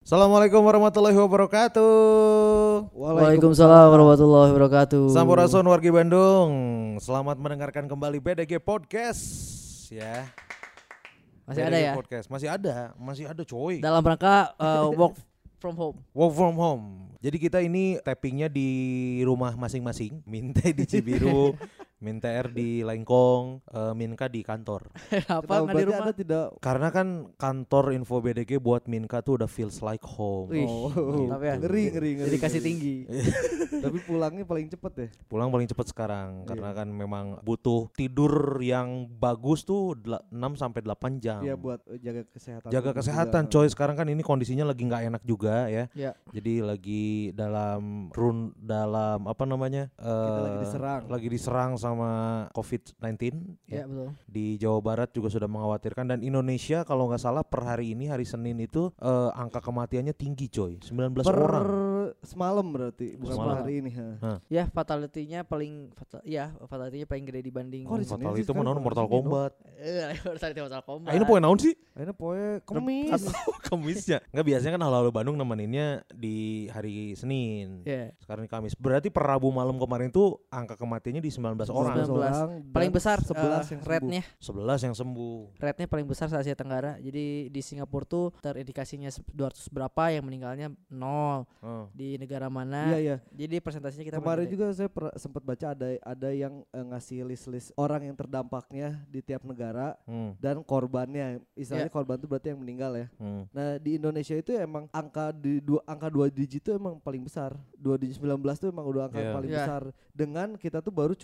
Assalamualaikum warahmatullahi wabarakatuh. Waalaikumsalam warahmatullahi wabarakatuh. Sampurasun wargi Bandung. Selamat mendengarkan kembali BDG Podcast ya. Masih BDG ada ya? Podcast. Masih ada coy. Dalam rangka work from home. Work from home. Jadi kita ini tappingnya di rumah masing-masing. Minta di Cibiru, Minta R di Lengkong, Minka di kantor. Apa nggak di rumah? Anda tidak. Karena kan kantor info BDG buat Minka tuh udah feels like home. Wih, Gitu. tapi ya. Ngeri. Jadi kasih tinggi. Tapi pulangnya paling cepet ya. Pulang paling cepet sekarang karena kan memang butuh tidur yang bagus tuh 6 sampai 8 jam. Iya buat jaga kesehatan. Jaga kesehatan coy. Sekarang kan ini kondisinya lagi nggak enak juga ya. Ya. Jadi lagi dalam apa namanya? Kita lagi diserang. Lagi diserang sama COVID-19 Ya betul. Di Jawa Barat juga sudah mengkhawatirkan, dan Indonesia kalau nggak salah per hari ini hari Senin itu angka kematiannya tinggi coy, 19 orang. Semalam berarti bukan Semalam. per hari ini. Ya fatality-nya paling paling gede dibanding. Kok di sini Fatal sih itu sekarang mana Mortal di sini, Kombat. Fatality Mortal Kombat. Ini poin naon sih? Akhirnya pokoknya kemis. Kemisnya. Nggak, biasanya kan Halo Bandung nemeninnya di hari Senin. Ya. Sekarang di Kamis. Berarti per Rabu malam kemarin tuh angka kematiannya di 19 orang. 19. Paling besar 11 yang rate-nya. 11 yang sembuh. Rate-nya paling besar se Asia Tenggara. Jadi di Singapura tuh terindikasinya 200 berapa, yang meninggalnya 0. Di negara mana? Iya. Jadi presentasinya kita Kemarin paling gede. juga saya sempat baca ada yang ngasih list orang yang terdampaknya di tiap negara dan korbannya. Istilahnya korban itu berarti yang meninggal ya. Nah, di Indonesia itu emang angka 2 digit itu emang paling besar. 2 digit 19 itu emang udah angka yang paling besar. Dengan kita tuh baru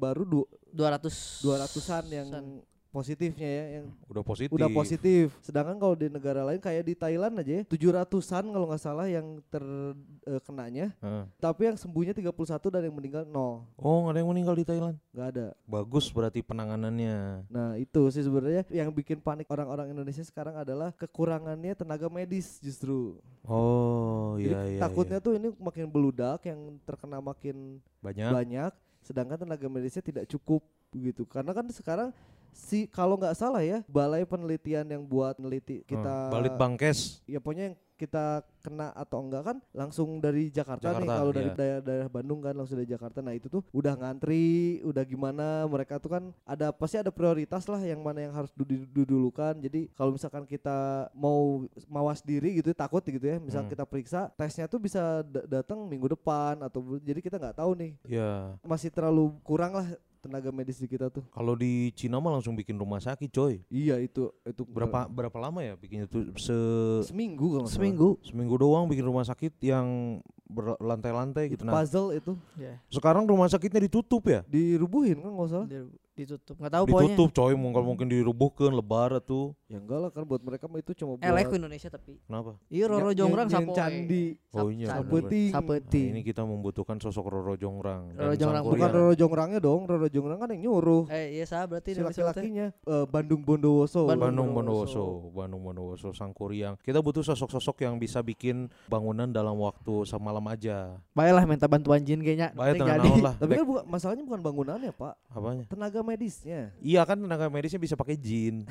200-an yang positifnya ya, yang udah positif. Sedangkan kalau di negara lain kayak di Thailand aja ya, 700-an kalau nggak salah yang terkenanya. Tapi yang sembuhnya 31 dan yang meninggal 0. Oh, nggak ada yang meninggal di Thailand? Nggak ada. Bagus berarti penanganannya. Nah itu sih sebenarnya yang bikin panik orang-orang Indonesia sekarang adalah kekurangannya tenaga medis justru. Oh iya. Takutnya tuh ini makin beludak, yang terkena makin banyak, sedangkan tenaga medisnya tidak cukup begitu. Karena kan sekarang kalau nggak salah ya, balai penelitian yang buat neliti kita Balitbangkes. ya pokoknya yang kita kena atau enggak kan langsung dari Jakarta nih. Kalau dari daerah Bandung kan langsung dari Jakarta. Nah itu tuh udah ngantri, udah gimana, mereka tuh kan pasti ada prioritas lah yang mana yang harus didulukan. Jadi kalau misalkan kita mau mawas diri gitu, takut gitu ya, misal kita periksa, tesnya tuh bisa datang minggu depan atau jadi kita nggak tahu nih. Iya. Masih terlalu kurang lah tenaga medis di kita tuh. Kalau di Cina mah langsung bikin rumah sakit coy. Iya itu berapa lama ya bikinnya tuh? Seminggu kalau Seminggu doang bikin rumah sakit yang berlantai-lantai gitu. Puzzle itu. Sekarang rumah sakitnya ditutup ya? Dirubuhin kan nggak salah. Ditutup, nggak tahu pokoknya. Ditutup coy, mungkin dirubuhkan lebar tuh. Ya enggak lah, kan buat mereka mah itu cuma buat Ke Indonesia tapi. Kenapa? Iya, Roro Jongrang yang candi. Oh iya. Sapeting. Nah, ini kita membutuhkan sosok Roro Jongrang. Roro Jongrang Bukan Roro Jongrangnya dong, Roro Jongrang kan yang nyuruh. Iya berarti si laki-lakinya Bandung Bondowoso. Bandung Bondowoso Sang Kuryang. Kita butuh sosok-sosok yang bisa bikin bangunan dalam waktu semalam aja. Baiklah minta bantuan Jin kayaknya. Lah. Tapi kan masalahnya bukan bangunannya, Pak. Apanya? Tenaga medisnya. Iya kan, tenaga medisnya bisa pakai jin.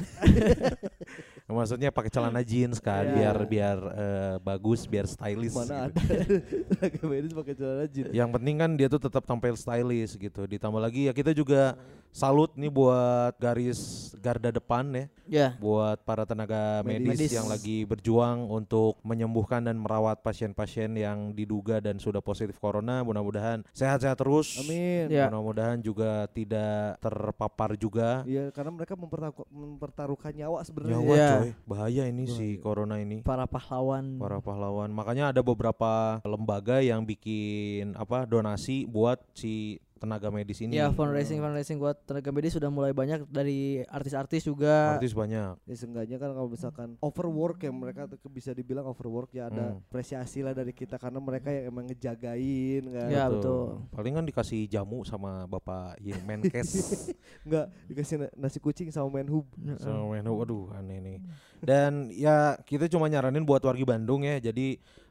Maksudnya pakai celana jeans kan, biar bagus, biar stylish. Mana gitu. ada tenaga medis pakai celana jeans. Yang penting kan dia tuh tetap tampil stylish gitu. Ditambah lagi ya kita juga salut nih buat garis garda depan ya. Buat para tenaga medis yang lagi berjuang untuk menyembuhkan dan merawat pasien-pasien yang diduga dan sudah positif corona. Mudah-mudahan sehat-sehat terus. Amin. Mudah-mudahan juga tidak terpapar juga. Iya, karena mereka mempertaruhkan nyawa sebenarnya. Nyawa coy, bahaya ini si corona ini. Para pahlawan. Makanya ada beberapa lembaga yang bikin donasi buat si tenaga medis ini. Ya, fundraising buat tenaga medis sudah mulai banyak dari artis-artis juga. Artis banyak. Ya seenggaknya kan kalau misalkan overwork ya, mereka tuh bisa dibilang overwork ya, ada apresiasi lah dari kita karena mereka yang emang ngejagain kan. Ya betul. Paling kan dikasih jamu sama Bapak Menkes. Enggak, dikasih nasi kucing sama Menhub. Aduh aneh nih. Dan ya kita cuma nyaranin buat wargi Bandung ya. Jadi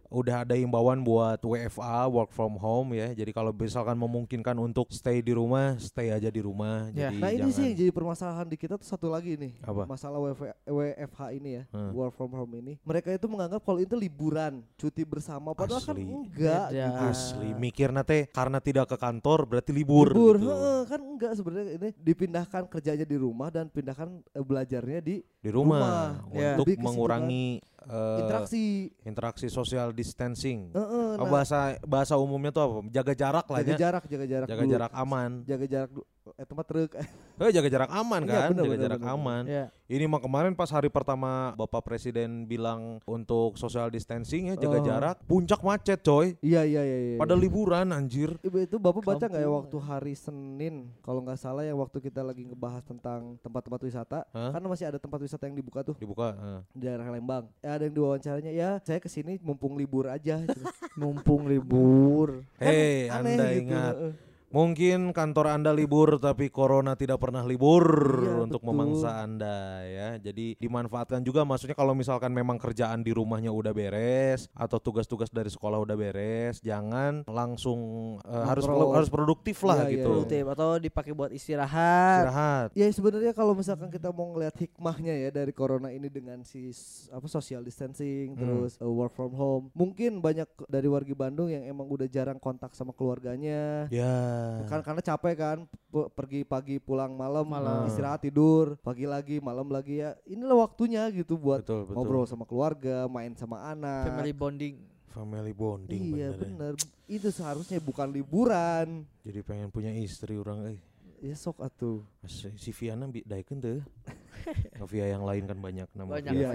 udah ada imbauan buat WFA, work from home ya. Jadi kalau misalkan memungkinkan untuk stay di rumah, stay aja di rumah. Jadi nah ini sih yang jadi permasalahan di kita tuh satu lagi nih. Apa? Masalah WFH ini ya, work from home ini. Mereka itu menganggap kalau itu liburan, cuti bersama, padahal kan enggak. Asli mikir nate karena tidak ke kantor berarti libur gitu. Kan enggak, sebenarnya ini dipindahkan kerjanya di rumah dan pindahkan belajarnya di rumah untuk mengurangi interaksi social distancing. Bahasa umumnya tuh apa? Jaga jarak lah ya. Jaga jarak aman. Jaga jarak tempat truk. Jaga jarak aman kan? Bener, jaga jarak aman. Yeah. Ini mah kemarin pas hari pertama Bapak Presiden bilang untuk social distancing ya, jaga jarak, puncak macet coy. Iya. Pada liburan anjir. Itu Bapak baca nggak ya waktu hari Senin kalau nggak salah ya, waktu kita lagi ngebahas tentang tempat-tempat wisata, kan masih ada tempat wisata yang dibuka tuh. Di daerah Lembang. Ada yang diwawancaranya, ya saya kesini mumpung libur aja. Mumpung libur. Hei, kan Anda gitu. Ingat. Mungkin kantor Anda libur tapi corona tidak pernah libur untuk memangsa Anda ya. Jadi dimanfaatkan juga, maksudnya kalau misalkan memang kerjaan di rumahnya udah beres atau tugas-tugas dari sekolah udah beres, jangan langsung harus produktif lah gitu. Produktif atau dipakai buat istirahat. Ya sebenarnya kalau misalkan kita mau ngelihat hikmahnya ya dari corona ini dengan social distancing terus work from home, mungkin banyak dari warga Bandung yang emang udah jarang kontak sama keluarganya. Karena capek kan, pergi pagi pulang malam. Istirahat tidur, pagi lagi malam lagi ya. Inilah waktunya gitu buat ngobrol sama keluarga, main sama anak. Family bonding. Iya benar. Itu seharusnya bukan liburan. Jadi pengen punya istri orang Ya sok atuh. Si Viana daekeun teu. Via yang lain kan banyak nama.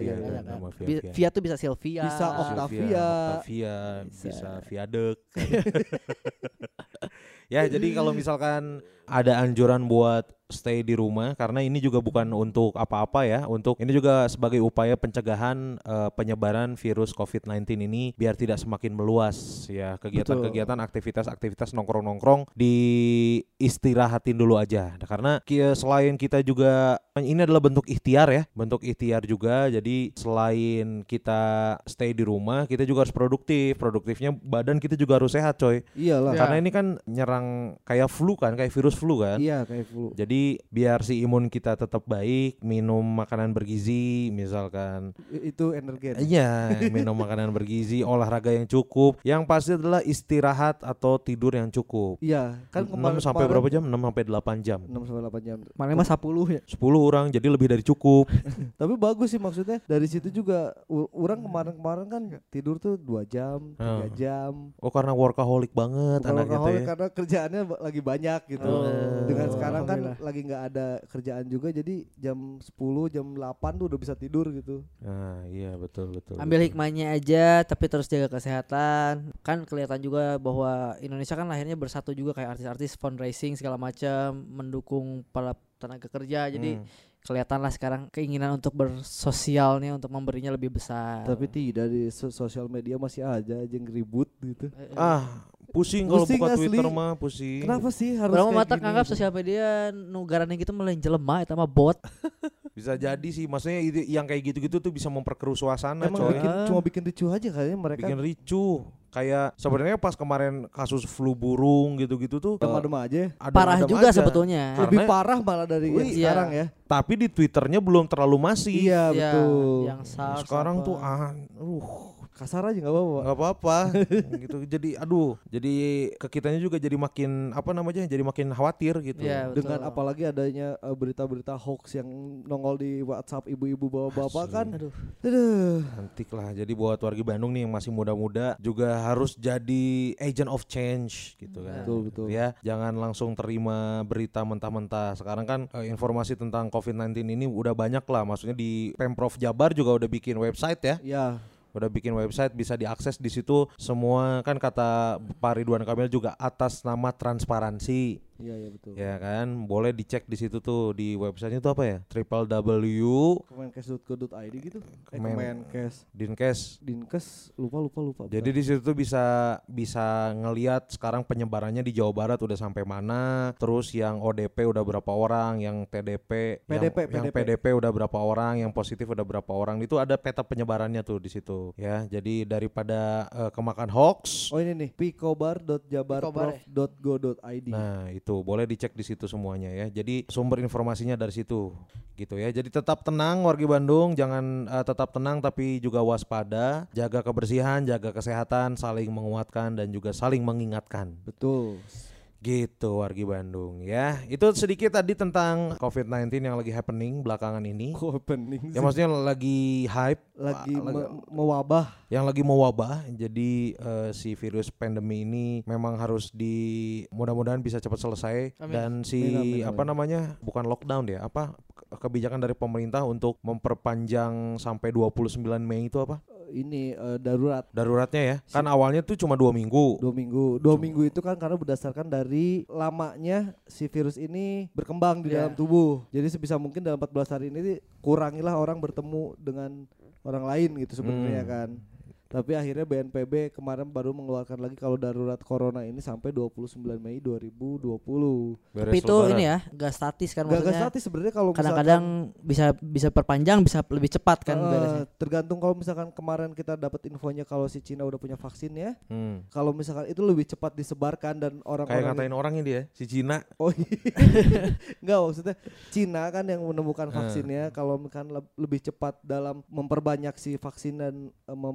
Via tuh bisa Sylvia, bisa Octavia, bisa Viadek. Ya, jadi kalau misalkan ada anjuran buat stay di rumah, karena ini juga bukan untuk apa-apa ya, ini juga sebagai upaya pencegahan penyebaran virus COVID-19 ini biar tidak semakin meluas ya. Kegiatan-kegiatan, aktivitas nongkrong-nongkrong diistirahatin dulu aja. Karena selain kita juga, ini adalah bentuk ikhtiar juga. Jadi selain kita stay di rumah, kita juga harus produktifnya badan kita juga harus sehat coy. Iyalah. Karena ini kan nyerang kayak flu kan, kayak virus flu kan. Iya, kayak flu. Jadi biar si imun kita tetap baik, minum makanan bergizi misalkan. Itu energen. Iya, minum makanan bergizi, olahraga yang cukup. Yang pasti adalah istirahat atau tidur yang cukup. Iya, kan 6 sampai berapa jam? 6 sampai 8 jam. 6 sampai 8 jam. Mana mah 10 ya? 10 orang, jadi lebih dari cukup. Tapi bagus sih, maksudnya dari situ juga orang kemarin kan tidur tuh 2 jam, 3 jam. Oh, karena workaholic banget anaknya teh. Karena kerjaannya lagi banyak gitu. Dengan sekarang kan lagi nggak ada kerjaan juga, jadi jam 10 jam 8 tuh udah bisa tidur gitu. Iya betul. Ambil hikmahnya aja, tapi terus jaga kesehatan. Kan kelihatan juga bahwa Indonesia kan lahirnya bersatu juga, kayak artis-artis fundraising segala macam, mendukung para tenaga kerja. Jadi kelihatan lah sekarang keinginan untuk bersosialnya, untuk memberinya lebih besar. Tapi tidak, di sosial media masih aja yang ribut gitu. Pusing kalau buka asli. Twitter mah pusing. Kenapa sih harus kayak mata gini? Nganggap sosial media nugarannya gitu malah jelema eta mah bot. Bisa jadi sih, maksudnya yang kayak gitu-gitu tuh bisa memperkeruh suasana. Emang cuma bikin ricuh aja kayaknya mereka. Bikin ricuh. Kayak sebenarnya pas kemarin kasus flu burung gitu-gitu tuh adem aja. Parah juga sebetulnya. Lebih parah malah dari yang sekarang ya. Tapi di Twitternya belum terlalu masif. Iya betul. Yang sekarang tuh kasar aja nggak apa-apa gitu. Jadi kekitanya juga jadi makin jadi makin khawatir gitu. Ya, dengan apalagi adanya berita-berita hoax yang nongol di WhatsApp ibu-ibu bapak-bapak kan. Aduh. Antik lah. Jadi buat warga Bandung nih yang masih muda-muda juga harus jadi agent of change gitu kan. Betul. Ya, jangan langsung terima berita mentah-mentah. Sekarang kan informasi tentang COVID-19 ini udah banyak lah. Maksudnya di Pemprov Jabar juga udah bikin website ya. Iya. Udah bikin website, bisa diakses di situ semua kan, kata Pak Ridwan Kamil juga atas nama transparansi. Iya betul. Ya kan, boleh dicek di situ tuh di websitenya tuh apa ya? www.kemenkes.go.id gitu. Dinkes lupa. Jadi di situ tuh bisa ngelihat sekarang penyebarannya di Jawa Barat udah sampai mana, terus yang ODP udah berapa orang, yang PDP udah berapa orang, yang positif udah berapa orang. Itu ada peta penyebarannya tuh di situ ya. Jadi daripada kemakan hoax. Oh ini nih, pikobar.jabarprof.go.id. Nah, itu boleh dicek di situ semuanya ya. Jadi sumber informasinya dari situ gitu ya. Jadi tetap tenang wargi Bandung, jangan tetap tenang tapi juga waspada, jaga kebersihan, jaga kesehatan, saling menguatkan dan juga saling mengingatkan. Betul. Gitu wargi Bandung ya. Itu sedikit tadi tentang COVID-19 yang lagi happening belakangan ini. Ya maksudnya lagi hype, lagi mewabah. Yang lagi mewabah. Jadi si virus pandemi ini memang harus mudah-mudahan bisa cepat selesai. Amin. Dan amin. Bukan lockdown ya, kebijakan dari pemerintah untuk memperpanjang sampai 29 Mei itu apa? Ini daruratnya ya. Kan awalnya tuh cuma 2 minggu. 2 minggu itu kan karena berdasarkan dari lamanya si virus ini berkembang di dalam tubuh. Jadi sebisa mungkin dalam 14 hari ini kurangilah orang bertemu dengan orang lain gitu sebenarnya kan. Tapi akhirnya BNPB kemarin baru mengeluarkan lagi kalau darurat corona ini sampai 29 Mei 2020. Tapi itu ini ya, gak statis kan maksudnya. Gak statis sebenarnya kalau kadang-kadang bisa perpanjang, bisa lebih cepat kan beresnya. Tergantung kalau misalkan kemarin kita dapat infonya kalau si Cina udah punya vaksin ya. Kalau misalkan itu lebih cepat disebarkan dan orang-orang kayak ngatain orang ini ya, si Cina. Oh iya. Enggak, maksudnya Cina kan yang menemukan vaksinnya. Kalau misalkan lebih cepat dalam memperbanyak si vaksin dan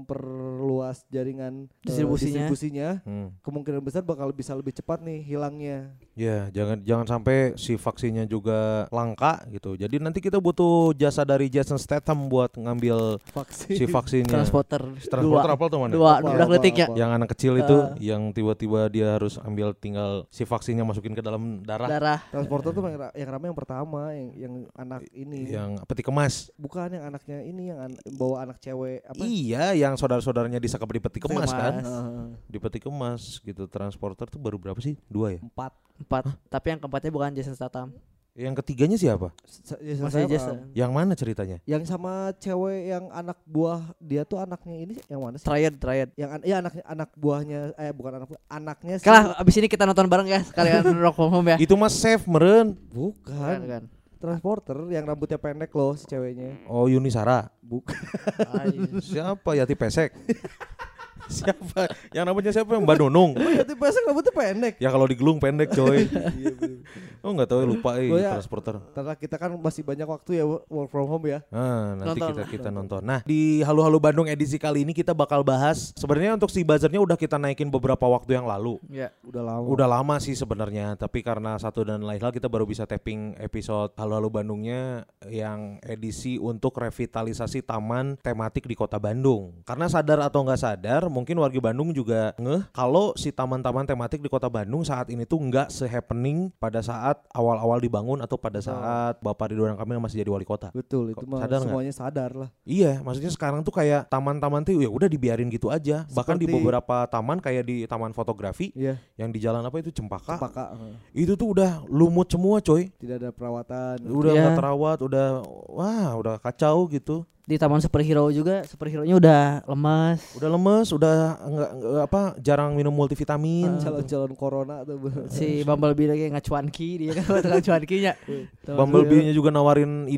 luas jaringan distribusinya kemungkinan besar bakal bisa lebih cepat nih hilangnya. Ya, jangan sampai si vaksinnya juga langka gitu. Jadi nanti kita butuh jasa dari Jason Statham buat ngambil si vaksinnya. Transporter apa tuh mana? 2 detik ya. Yang anak kecil itu yang tiba-tiba dia harus ambil tinggal si vaksinnya masukin ke dalam darah. Transporter tuh yang ramai yang pertama yang anak ini. Yang peti kemas. Bukan yang anaknya ini yang bawa anak cewek apa? Iya, yang saudaranya disakap di peti kemas kan. Di peti kemas gitu. Transporter tuh baru berapa sih? 2 ya? 4. Tapi yang keempatnya bukan Jason Statham. Yang ketiganya siapa? Jason. Yang mana ceritanya? Yang sama cewek yang anak buah dia tuh anaknya ini yang mana sih? Triad. Yang anak buahnya bukan anaknya sih. Kalah abis ini kita nonton bareng ya sekalian rock from home ya. Itu mah safe meren. Bukan. Transporter yang rambutnya pendek loh si ceweknya. Oh, Yuni Sara. Bukan. Siapa? Yati Pesek. Siapa? Yang rambutnya siapa? Mbak Nunung. Yati Pesek rambutnya pendek. Ya kalau digelung pendek coy. Oh enggak tahu, lupa transporter. Karena kita kan masih banyak waktu ya work from home ya. Nanti kita nonton. Nah, di Halo Halo Bandung edisi kali ini kita bakal bahas sebenarnya untuk si buzzernya udah kita naikin beberapa waktu yang lalu. Ya, udah lama sih sebenarnya, tapi karena satu dan lain hal kita baru bisa tapping episode Halo Halo Bandungnya yang edisi untuk revitalisasi taman tematik di Kota Bandung. Karena sadar atau enggak sadar, mungkin warga Bandung juga ngeh kalau si taman-taman tematik di Kota Bandung saat ini tuh enggak se-happening pada saat awal-awal dibangun atau pada saat Bapak Ridwan Kamil masih jadi wali kota. Betul, itu mah semuanya sadar lah. Iya, maksudnya sekarang tuh kayak taman-taman tuh ya udah dibiarin gitu aja. Bahkan di beberapa taman kayak di taman fotografi yang di jalan apa itu Cempaka. Itu tuh udah lumut semua coy. Tidak ada perawatan. Udah enggak terawat, udah kacau gitu. Di taman superhero juga, superhero-nya udah lemas. Udah enggak jarang minum multivitamin. Calon corona tuh. Si Bumblebee lagi ngacuanki dia kan tukang cuankinya. Bumblebee-nya juga nawarin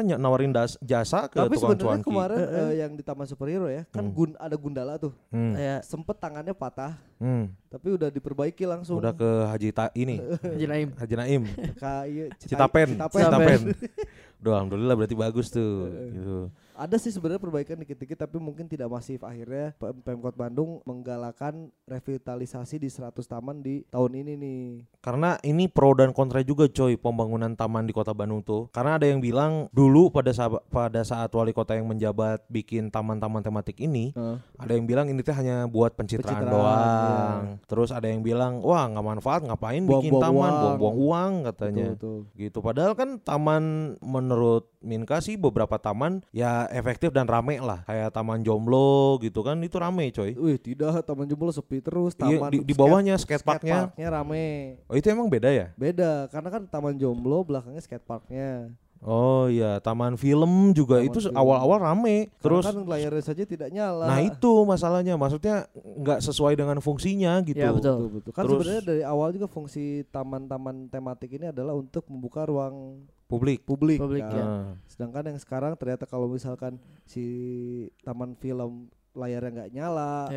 jasa ke tapi tukang cuanki. Tapi sebenarnya kemarin yang di taman superhero ya, kan ada Gundala tuh. Sempet tangannya patah. Tapi udah diperbaiki langsung. Udah ke Haji Naim. Citapen. Duh, alhamdulillah berarti bagus tuh gitu. Ada sih sebenarnya perbaikan dikit-dikit tapi mungkin tidak masif. Akhirnya Pemkot Bandung menggalakan revitalisasi di 100 taman di tahun ini nih. Karena ini pro dan kontra juga coy pembangunan taman di Kota Bandung tuh. Karena ada yang bilang dulu pada saat wali kota yang menjabat bikin taman-taman tematik ini, ada yang bilang ini teh hanya buat pencitraan doang. Terus ada yang bilang wah nggak manfaat, ngapain bikin taman, buang-buang uang katanya. Betul. Gitu. Padahal kan taman menurut Minka sih beberapa taman ya ya efektif dan rame lah. Kayak Taman Jomblo gitu kan itu rame coy. Wih tidak, Taman Jomblo sepi terus. Taman di bawahnya skateparknya rame. Oh itu emang beda ya? Beda, karena kan Taman Jomblo belakangnya skateparknya. Oh iya, Taman Film juga itu awal-awal rame. Terus kan layarnya saja tidak nyala. Nah itu masalahnya, maksudnya nggak sesuai dengan fungsinya gitu. Ya betul. Kan sebenarnya dari awal juga fungsi taman-taman tematik ini adalah untuk membuka ruang publik kan? Ya. Sedangkan yang sekarang ternyata kalau misalkan si Taman Film layarnya nggak nyala,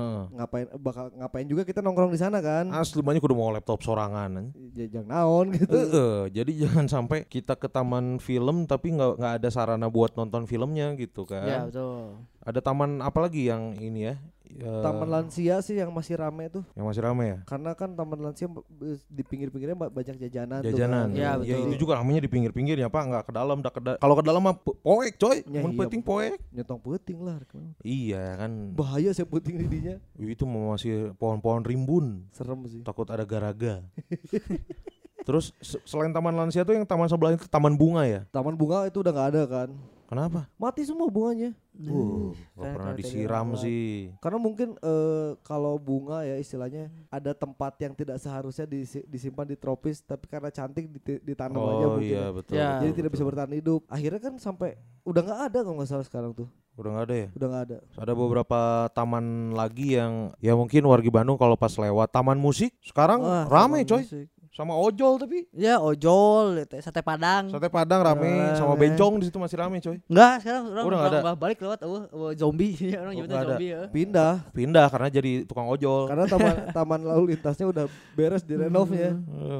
ngapain juga kita nongkrong di sana kan? Asli banyak udah mau laptop sorangan. Jangan naon gitu. Jadi jangan sampai kita ke Taman Film tapi nggak ada sarana buat nonton filmnya gitu kan? Ya betul. Ada taman apa lagi yang ini ya? Taman lansia sih yang masih rame tuh. Yang masih rame ya? Karena kan taman lansia di pinggir-pinggirnya banyak jajanan. Jajanan. Tuh, ya, betul. Ya itu juga ramenya di pinggir-pinggirnya Pak, nggak ke dalam. Kalau ke dalam mah poek coy. Mun penting poek. Nyetong puting lah. Iya kan. Bahaya sih puting didinya. Itu masih pohon-pohon rimbun. Serem sih. Takut ada garaga. Terus selain taman lansia tuh yang taman sebelahnya itu taman bunga ya? Taman bunga itu udah nggak ada kan? Kenapa? Mati semua bunganya. Gak pernah disiram sih. Karena mungkin kalau bunga ya istilahnya ada tempat yang tidak seharusnya disimpan di tropis, tapi karena cantik ditanam aja mungkin. Iya, betul, ya. Jadi betul, tidak bisa bertahan hidup. Akhirnya kan sampai udah nggak ada kalau nggak salah sekarang tuh. Udah nggak ada ya? Udah nggak ada. Ada beberapa taman lagi yang ya mungkin wargi Bandung kalau pas lewat taman musik sekarang rame coy. Musik. Sama ojol tapi. Ya ojol, sate Padang. Sate Padang rame, sama bencong di situ masih rame coy. Enggak, sekarang udah enggak ada. Balik lewat zombie ya orang nyebutnya zombie ya. Pindah karena jadi tukang ojol. Karena taman lalu lintasnya udah beres direnov ya.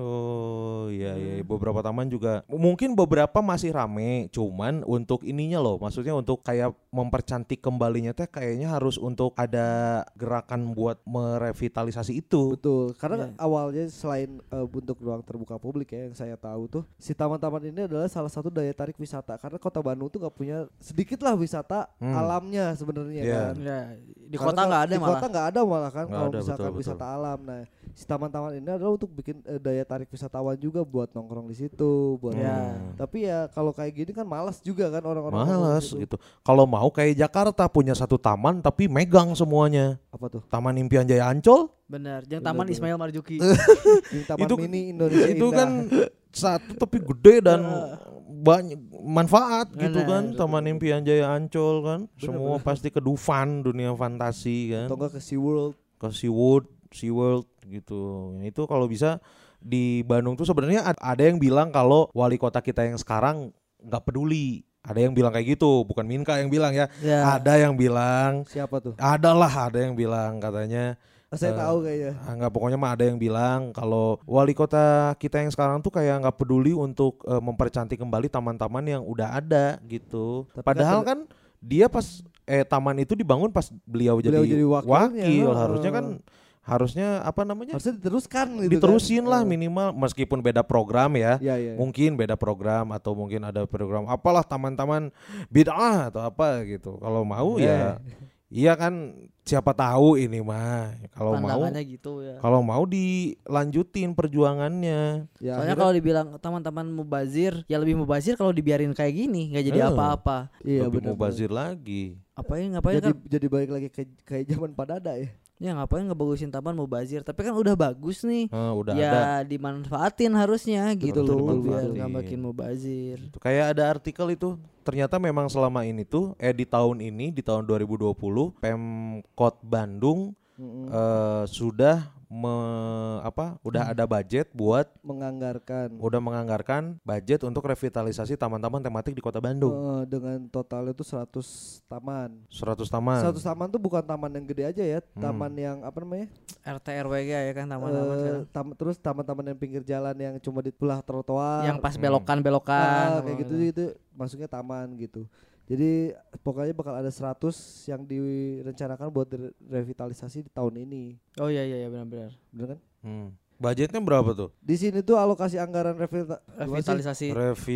Oh iya beberapa taman juga mungkin beberapa masih rame, cuman untuk ininya loh, maksudnya untuk kayak mempercantik kembalinya teh kayaknya harus untuk ada gerakan buat merevitalisasi itu. Betul, karena awalnya selain untuk ruang terbuka publik ya yang saya tahu tuh si taman-taman ini adalah salah satu daya tarik wisata karena kota Bandung tuh nggak punya sedikit lah wisata alamnya sebenarnya kan. Ya, di kota nggak ada malah. Di kota nggak ada malah kan kalau misalkan wisata alam. Nah si taman-taman ini adalah untuk bikin daya tarik wisatawan juga buat nongkrong di situ. Tapi ya kalau kayak gini kan malas juga kan orang-orang. Malas gitu. Kalau mau kayak Jakarta punya satu taman tapi megang semuanya. Apa tuh? Taman Impian Jaya Ancol. Benar, yang Taman Ismail Marzuki. Taman itu, mini Indonesia itu Indah. Kan satu tapi gede dan banyak manfaat gitu kan. Taman Impian Jaya Ancol kan. Semua pasti ke Dufan, dunia fantasi kan. Atau enggak ke SeaWorld. Ke SeaWorld gitu. Itu kalau bisa di Bandung tuh sebenarnya ada yang bilang kalau wali kota kita yang sekarang nggak peduli. Ada yang bilang kayak gitu, bukan Minka yang bilang ya. Ada yang bilang. Siapa tuh? Ada yang bilang katanya. Saya tahu kayaknya. Enggak, pokoknya mah ada yang bilang kalau wali kota kita yang sekarang tuh kayak nggak peduli untuk mempercantik kembali taman-taman yang udah ada gitu. Tapi padahal kan dia pas taman itu dibangun pas beliau jadi wakil. Harusnya apa namanya? Harusnya diteruskan gitu. Diterusin lah minimal meskipun beda program ya. Mungkin beda program atau mungkin ada program apalah taman-taman bid'ah atau apa gitu. Kalau mau ya iya kan, siapa tahu ini mah kalau mau gitu ya. Kalau mau dilanjutin perjuangannya. Ya, soalnya kalau dibilang teman-teman mubazir, ya lebih mubazir kalau dibiarin kayak gini, nggak jadi apa-apa. Iya, lebih mubazir lagi. Ngapain jadi balik lagi kayak zaman Padada ya. Ya ngapain ngebagusin taman mubazir, tapi kan udah bagus nih. Udah ya ada. Dimanfaatin harusnya gitu loh biar nggak makin mubazir. Kayak ada artikel itu ternyata memang selama ini tuh di tahun 2020 Pemkot Bandung sudah udah ada budget buat menganggarkan budget untuk revitalisasi taman-taman tematik di Kota Bandung. Dengan total itu 100 taman. 100 taman. 100 taman tuh bukan taman yang gede aja ya, taman yang apa namanya? RT RW ya kan taman-taman terus taman-taman yang pinggir jalan yang cuma di belah trotoar. Yang pas belokan. Kayak gitu itu masuknya taman gitu. Jadi pokoknya bakal ada 100 yang direncanakan buat revitalisasi di tahun ini. Oh iya benar-benar. Benar kan? Budgetnya berapa tuh? Di sini tuh alokasi anggaran revitalisasi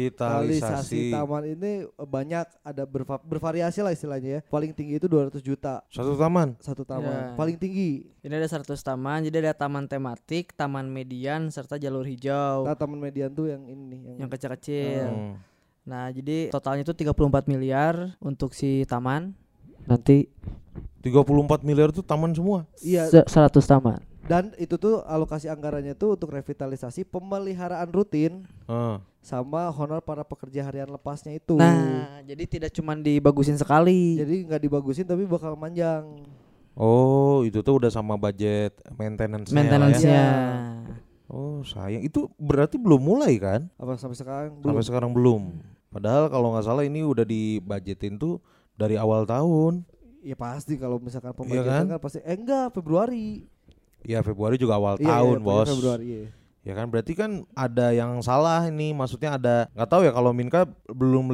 taman ini banyak, ada bervariasi lah istilahnya ya. Paling tinggi itu 200 juta. Satu taman. Ya. Paling tinggi. Ini ada 100 taman, jadi ada taman tematik, taman median serta jalur hijau. Nah, taman median tuh yang ini yang kecil-kecil. Nah, jadi totalnya itu 34 miliar untuk si taman. Nanti 34 miliar itu taman semua. Iya. 100 taman. Dan itu tuh alokasi anggarannya tuh untuk revitalisasi, pemeliharaan rutin, sama honor para pekerja harian lepasnya itu. Nah, jadi tidak cuma dibagusin sekali. Jadi nggak dibagusin tapi bakal manjang. Oh, itu tuh udah sama budget maintenance-nya. Maintenance-nya. Oh, sayang. Itu berarti belum mulai kan? Apa sampai sekarang belum? Sampai sekarang belum. Padahal kalau nggak salah ini udah dibudgetin tuh dari awal tahun. Ya pasti kalau misalkan pembagian kan pasti enggak Februari. Ya Februari juga awal tahun, Bos. Februari, iya. Ya kan berarti kan ada yang salah ini, maksudnya ada, nggak tahu ya kalau Minka belum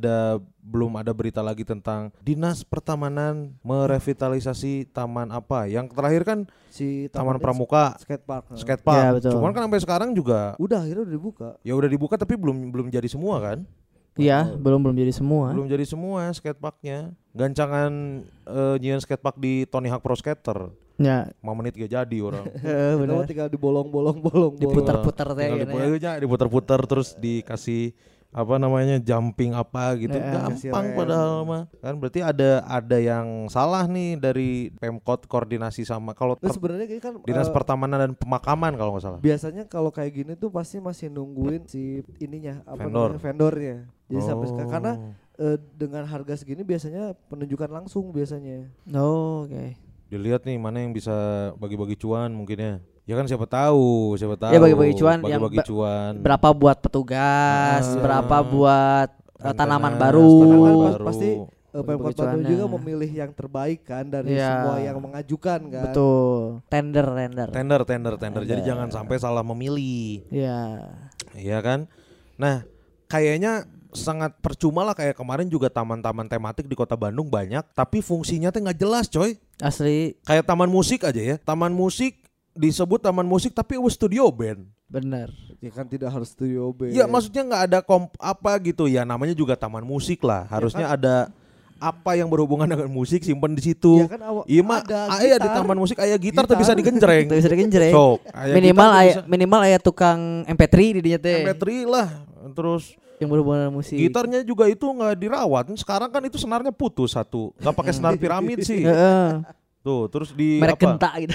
ada berita lagi tentang Dinas Pertamanan merevitalisasi taman apa. Yang terakhir kan si Taman Pramuka skatepark. Ya, betul. Cuman kan sampai sekarang juga akhirnya udah dibuka. Ya udah dibuka tapi belum jadi semua kan? Iya, belum jadi semua. Belum jadi semua skateparknya. Gancangan nyian skatepark di Tony Hawk Pro Skater. Ya. 5 menit gak jadi orang. Benar. Tinggal dibolong. Diputar-putar diputar-putar terus dikasih jumping apa gitu. Gampang padahal mah. Kan berarti ada yang salah nih dari Pemkot koordinasi sama kalau sebenarnya kan Dinas Pertamanan dan Pemakaman kalau nggak salah. Biasanya kalau kayak gini tuh pasti masih nungguin si ininya vendornya. Jadi sampai sekarang karena dengan harga segini biasanya penunjukan langsung biasanya. Oke. Dilihat nih mana yang bisa bagi-bagi cuan mungkin ya. Ya kan siapa tahu. Ya bagi-bagi cuan cuan. Berapa buat petugas, berapa buat tanaman baru. Pasti Pemkot Bandung juga memilih yang terbaik kan dari semua yang mengajukan kan. Betul. Tender. Jadi jangan sampai salah memilih. Iya. Iya kan? Nah, kayaknya sangat percuma lah kayak kemarin juga taman-taman tematik di Kota Bandung banyak tapi fungsinya tuh nggak jelas coy. Asli. Kayak taman musik aja ya. Taman musik disebut taman musik tapi studio band. Bener. Ya kan tidak harus studio band. Ya maksudnya nggak ada apa gitu ya, namanya juga taman musik lah. Harusnya ya kan? Ada apa yang berhubungan dengan musik simpen di situ. Ya kan iya mah di taman musik aya gitar tuh bisa digenjreng. So, minimal aya tukang MP3 di dinya teh. MP3 lah. Terus yang berhubungan dengan musik. Gitarnya juga itu nggak dirawat. Sekarang kan itu senarnya putus satu, nggak pakai senar piramid sih. Tuh, terus di merek genta gitu.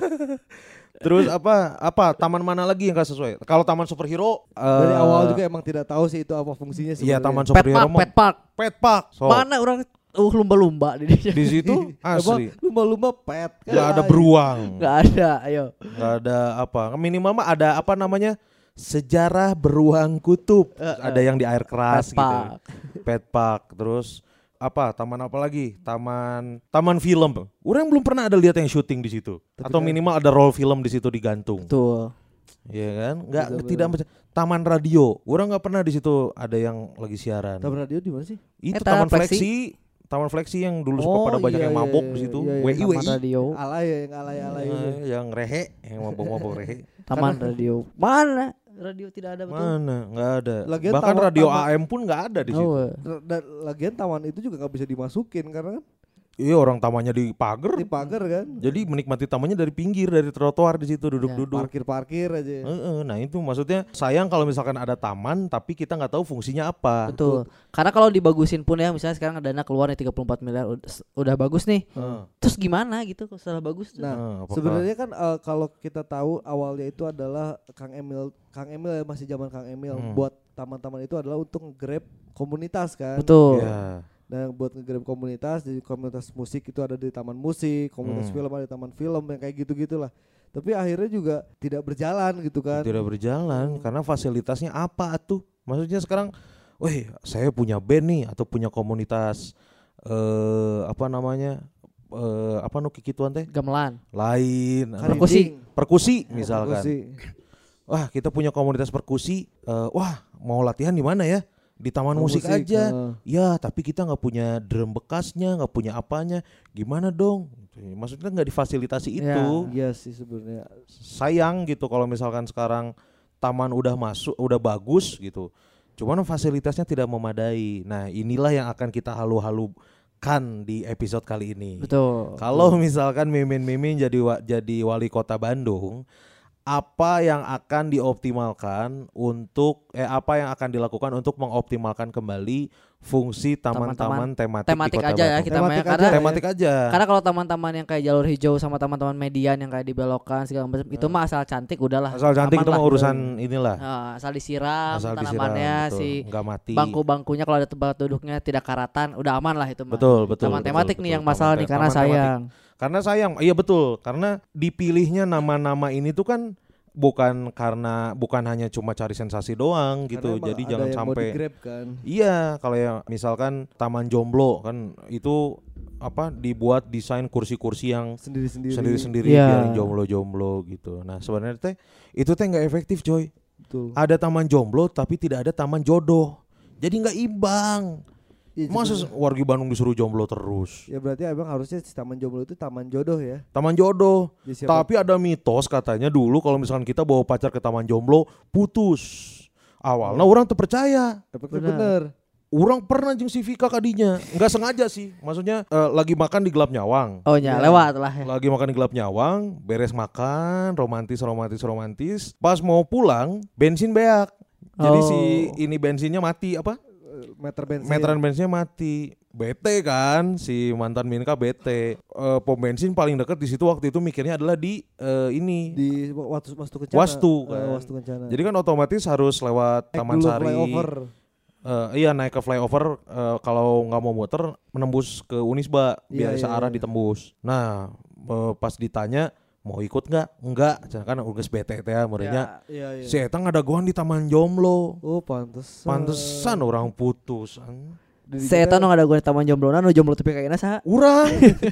Terus taman mana lagi yang nggak sesuai? Kalau taman superhero dari awal juga emang tidak tahu sih itu apa fungsinya sebenarnya. Iya, taman superhero Pet park. So. Mana orang lumba-lumba di situ asli. Lumba-lumba pet. Nggak ada beruang. Nggak ada, ayo. Nggak ada apa. Minimal mah ada sejarah beruang kutub. Ada yang di air keras gitu. Pet park. Terus taman apa lagi? Taman film. Orang belum pernah ada lihat yang syuting di situ. Atau minimal ada roll film di situ digantung. Betul. Iya kan? Tidak taman radio. Orang nggak pernah di situ ada yang lagi siaran. Taman radio di mana sih? Itu Taman Fleksi. Taman Fleksi yang dulu suka pada banyak yang mabok di situ. Taman radio. Alay. Yang rehe, yang mabok rehe. Taman radio. Mana? Radio tidak ada betul. Mana? Nggak ada. Bahkan radio AM pun nggak ada di situ. Lagian taman itu juga nggak bisa dimasukin karena kan. Iya, orang tamannya di pagar. Di pagar kan. Jadi menikmati tamannya dari pinggir, dari trotoar di situ duduk-duduk. Parkir aja. Nah itu maksudnya sayang kalau misalkan ada taman tapi kita nggak tahu fungsinya apa. Betul. Karena kalau dibagusin pun ya, misalnya sekarang dana keluar nih 34 miliar udah bagus nih. Terus gimana gitu kalau setelah bagus? Nah, sebenarnya kan kalau kita tahu awalnya itu adalah Kang Emil ya, masih zaman Kang Emil buat taman-taman itu adalah untuk nge-grab komunitas kan. Betul. Yeah. Dan buat nge-grab komunitas, jadi komunitas musik itu ada di taman musik, komunitas film ada di taman film, yang kayak gitu-gitulah. Tapi akhirnya juga tidak berjalan gitu kan. Tidak berjalan karena fasilitasnya apa tuh? Maksudnya sekarang, saya punya band nih atau punya komunitas kikituan teh? Gamelan. Lain. Perkusi misalkan. Wah, kita punya komunitas perkusi. Mau latihan di mana ya? Di taman musik aja. Ya, tapi kita nggak punya drum bekasnya, nggak punya apanya. Gimana dong? Maksudnya nggak difasilitasi itu. Iya sih sebenarnya. Sayang gitu kalau misalkan sekarang taman udah udah bagus gitu. Cuman fasilitasnya tidak memadai. Nah, inilah yang akan kita halu-halukan di episode kali ini. Betul. Kalau misalkan Mimin jadi wali kota Bandung, apa yang akan dioptimalkan untuk apa yang akan dilakukan untuk mengoptimalkan kembali fungsi taman-taman tematik di Kota aja Bandung. Ya kita karena tematik aja. Karena kalau taman-taman yang kayak jalur hijau sama taman-taman median yang kayak dibelokkan segala macam itu mah asal cantik udahlah. Asal cantik itu mah urusan inilah. Asal disiram tanamannya si nggak mati. Bangku-bangkunya kalau ada tempat duduknya tidak karatan udah aman lah itu mah. Betul. Taman tematik nih yang masalah nih karena sayang. Karena sayang, iya betul. Karena dipilihnya nama-nama ini tuh kan bukan hanya cuma cari sensasi doang gitu. Jadi jangan sampai kan. Iya, kalau ya misalkan Taman Jomblo kan itu dibuat desain kursi-kursi yang sendiri-sendiri biarin jomblo-jomblo gitu. Nah, sebenarnya itu enggak efektif, coy. Betul. Ada taman jomblo tapi tidak ada taman jodoh. Jadi enggak imbang. Ya, masa warga Bandung disuruh jomblo terus? Ya berarti emang harusnya si taman jomblo itu taman jodoh ya. Taman jodoh. Tapi ada mitos katanya dulu kalau misalkan kita bawa pacar ke taman jomblo putus. Awalnya orang terpercaya. Bener. Orang pernah jeung si Vika kadinya. Enggak sengaja sih. Maksudnya lagi makan di Gelap Nyawang. Oh ya, lewat lah ya. Lagi makan di Gelap Nyawang, beres makan, romantis. Pas mau pulang, bensin beak. Jadi si ini bensinnya mati meteran bensinnya mati. Bete kan si mantan Minka bete. Pom bensin paling dekat di situ waktu itu mikirnya adalah di di Wastu Kencana. Jadi kan otomatis harus lewat Taman Sari. Iya naik ke flyover kalau nggak mau muter menembus ke Unisba biar searah ditembus. Nah pas ditanya mau ikut nggak? Enggak, kan urges bete teh meureunnya. Si eta ngadagoan di Taman Jomblo. Oh, pantesan orang putus. Si eta nu ngadagoan di Taman Jomblo, nu jomblo teh kayakna saha? Urang.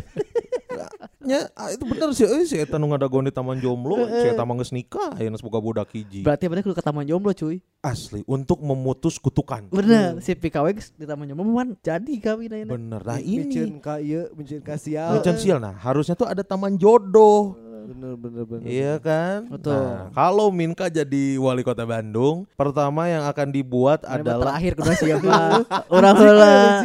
Nya itu bener sih si eta nu ngadagoan di Taman Jomblo, si eta mah geus nikah, ayeuna boga budak hiji. Berarti bener kudu ke Taman Jomblo, cuy. Asli untuk memutus kutukan. Bener, si PKW di Taman Jomblo man jadi kawin ayeuna. Bener. Nah ini micin ka sial. Nah, harusnya tuh ada taman jodoh. Bener. Iya kan? Betul. Nah, kalau Minka jadi wali kota Bandung, pertama yang akan dibuat adalah terakhir kudu siapa? Urang heula.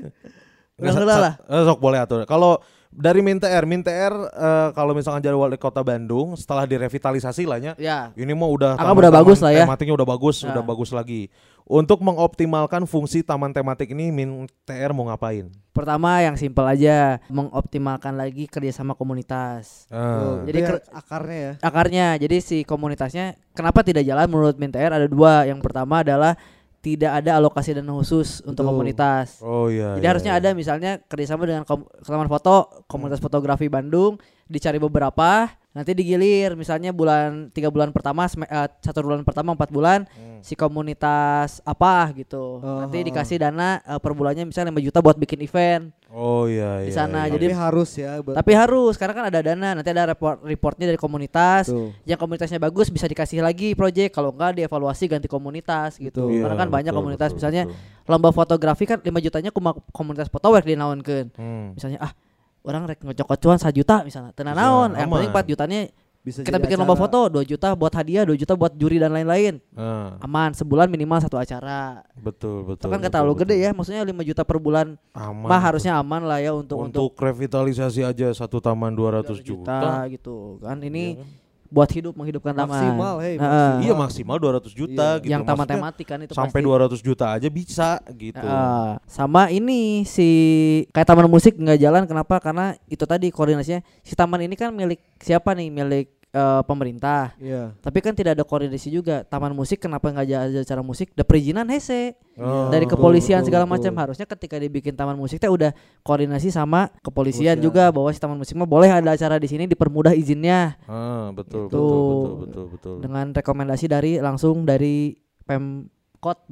Lah. Sok boleh atur. Kalau dari Min TR kalau misalkan jadi wali kota Bandung setelah direvitalisasi lah ya. Ini mah udah bagus lah ya. Tematiknya udah bagus lagi. Untuk mengoptimalkan fungsi taman tematik ini Min TR mau ngapain? Pertama yang simpel aja, mengoptimalkan lagi kerjasama komunitas. Jadi akarnya ya. Akarnya, jadi si komunitasnya kenapa tidak jalan menurut Min TR ada dua. Yang pertama adalah tidak ada alokasi dana khusus untuk komunitas. Oh iya. Jadi harusnya ada misalnya kerjasama dengan Taman Foto, komunitas fotografi Bandung, dicari beberapa, nanti digilir misalnya 3 bulan pertama 1 bulan pertama 4 bulan si komunitas apa gitu. Nanti dikasih dana per bulannya misalnya 5 juta buat bikin event. Oh iya. Di sana. Iya. Jadi harus ya. Tapi harus karena kan ada dana, nanti ada reportnya dari komunitas. Yang komunitasnya bagus bisa dikasih lagi project, kalau enggak dievaluasi ganti komunitas gitu. Iya, karena kan banyak komunitas misalnya lomba fotografi kan 5 jutanya komunitas fotowerk dinaonkeun. Misalnya orang rek ngocok cuan 1 juta misalnya. Tenan naon, yang penting 4 jutanya bisa kita bikin lomba foto 2 juta buat hadiah, 2 juta buat juri dan lain-lain. Aman, sebulan minimal 1 acara. Betul. Itu kan gak terlalu gede ya, maksudnya 5 juta per bulan. Aman. Mah harusnya aman lah ya untuk revitalisasi aja 1 taman 200 juta gitu kan. Ini buat menghidupkan taman. Maksimal, iya maksimal 200 juta gitu. Yang taman tematik kan itu sampai pasti 200 juta aja bisa gitu. Sama ini si kayak taman musik nggak jalan kenapa? Karena itu tadi koordinasinya si taman ini kan milik siapa nih? Milik pemerintah. Tapi kan tidak ada koordinasi juga. Taman musik kenapa nggak ada acara musik? Ada perizinan hese dari kepolisian segala macam. Harusnya ketika dibikin taman musik teh udah koordinasi sama kepolisian juga bahwa si taman musik mah boleh ada acara di sini, dipermudah izinnya. Betul. Dengan rekomendasi langsung dari Pemkot.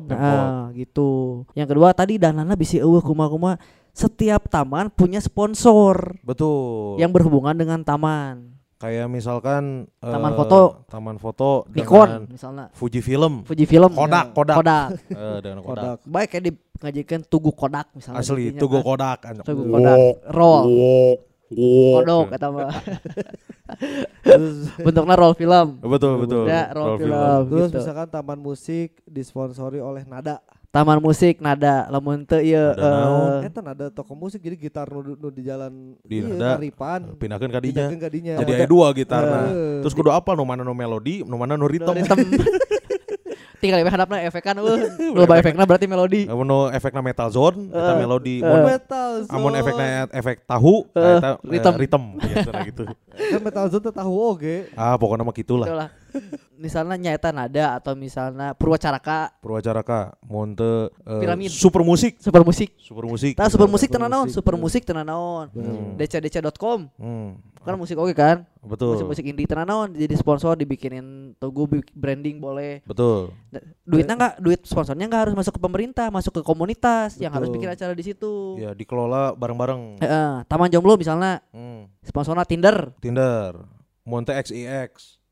Gitu. Yang kedua tadi danana bisi eueuh kumaha setiap taman punya sponsor. Betul. Yang berhubungan dengan taman. Kayak misalkan taman foto Nikon misalnya Fujifilm Kodak dengan Kodak baik kayak ngajikan Tugu Kodak misalnya asli Tugu Kodak roll Kodok kata mah bentuknya roll film betul ya roll film terus gitu. Misalkan taman musik disponsori oleh Nada Taman musik nada lamun teu ieu eta nada toko musik jadi gitar nu di jalan di nada Aripan pindahkeun ka dinya. Jadi aya dua gitarna. Terus kudu apa nu mana nu melodi, nu mana nu ritme. Tinggal hadapna efekan loba efekna berarti melodi. Mun efekna metal zone eta melodi. Metal zone. Amun efekna efek tahu eta ritme biasana gitu. Kan metal zone teh tahu oge. Pokoknya mah gitulah. Misalnya nyaeta nada atau misalnya Purwacaraka mun teu Piramid. super musik. Super musik tenan naon. DC.com. Kan musik oke kan? Betul. Musik indie tenan naon jadi sponsor dibikinin tugu branding boleh. Betul. Duit sponsornya enggak harus masuk ke pemerintah, masuk ke komunitas. Betul. Yang harus bikin acara di situ. Ya, dikelola bareng-bareng. Taman Jomblo misalnya. Sponsornya Tinder. Monte XIX.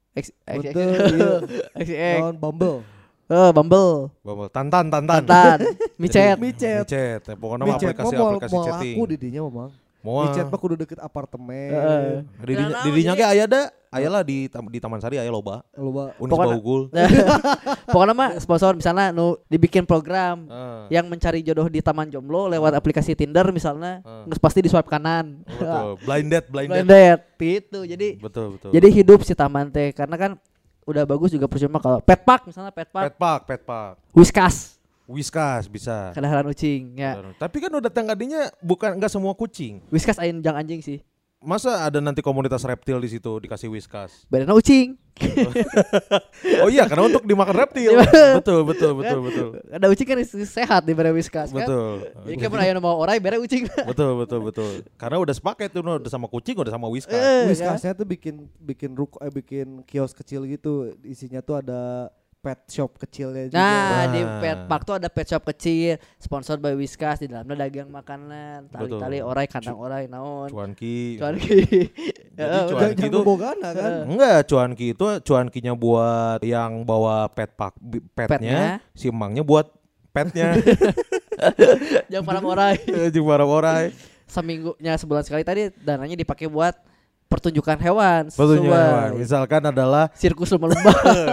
Bumble. Bumble. Tantan. Micet. Pokoknya mah aplikasi chatting. Aku di dinya mah. Micet mah kudu deket apartemen. Di dinya ge aya da. Ayalah di Taman Sari aya loba. Unisba Unggul. Pokoknya mah sponsor misalnya dibikin program yang mencari jodoh di Taman Jomblo lewat aplikasi Tinder misalnya, geus pasti di swipe kanan. Betul. Blind date gitu. Jadi betul. Jadi hidup si taman teh karena kan udah bagus juga percuma kalau pet park misalnya pet park. Whiskas bisa. Kedaharan ucing ya. Tapi kan udah tanggadnya enggak semua kucing. Whiskas ain jang anjing sih. Masa ada nanti komunitas reptil di situ dikasih whiskas? Bedana ucing. Oh iya, karena untuk dimakan reptil. Betul. Ada ucing kan sehat daripada whiskas kan. Betul. Jadi kan aya nu mau orai bere ucing. Betul. Karena udah sepaket tuh udah sama kucing, udah sama whiskas. Whiskasnya tuh bikin kios kecil gitu. Isinya tuh ada pet shop kecilnya juga. Nah, di pet park tuh ada pet shop kecil, sponsored by Whiskas, di dalamnya dagang makanan, tali-tali orai, kandang orai, naon. Cuanki. Jadi cuanki itu bogana kan? Enggak, cuankinya buat yang bawa petnya, si emangnya buat petnya. Yang para orai. Seminggunya sebulan sekali tadi dananya dipakai buat pertunjukan hewan. Misalkan adalah sirkus lumba-lumba.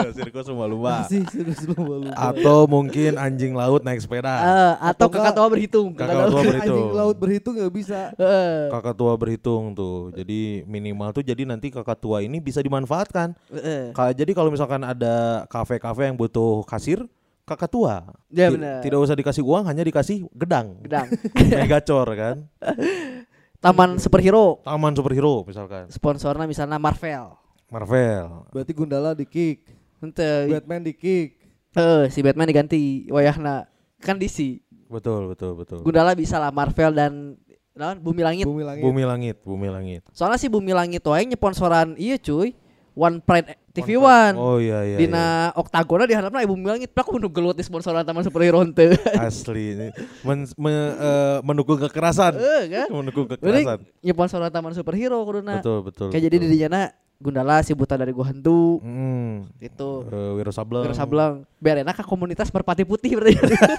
Atau mungkin anjing laut naik sepeda. Atau kakak tua berhitung. Anjing laut berhitung nggak bisa. Kakak tua berhitung tuh. Jadi minimal tuh jadi nanti kakak tua ini bisa dimanfaatkan. Jadi kalau misalkan ada kafe-kafe yang butuh kasir, kakak tua. Ya, benar. Tidak usah dikasih uang, hanya dikasih gedang. Megacor kan. Taman superhero misalkan. Sponsornya misalnya Marvel. Berarti Gundala di kick. Batman di kick. Si Batman diganti wayahna. Kan DC. Betul. Gundala bisa lah Marvel dan Bumi Langit. Soalnya si Bumi Langit wae nyeponsoran iya cuy. One Pride TV One. Oh iya. Dina Oktagona diharapna Ibu Langit pak kudu gelut di sponsoran Taman Superhero teh. Asli ini mendukung kekerasan. Kan? Mendukung kekerasan. Sponsoran Taman Superhero kuduna. Betul. Kayak jadi di dinya Gundala si buta dari gua hantu. Itu. Wiro Sableng. Biar enak ka komunitas Merpati Putih berarti.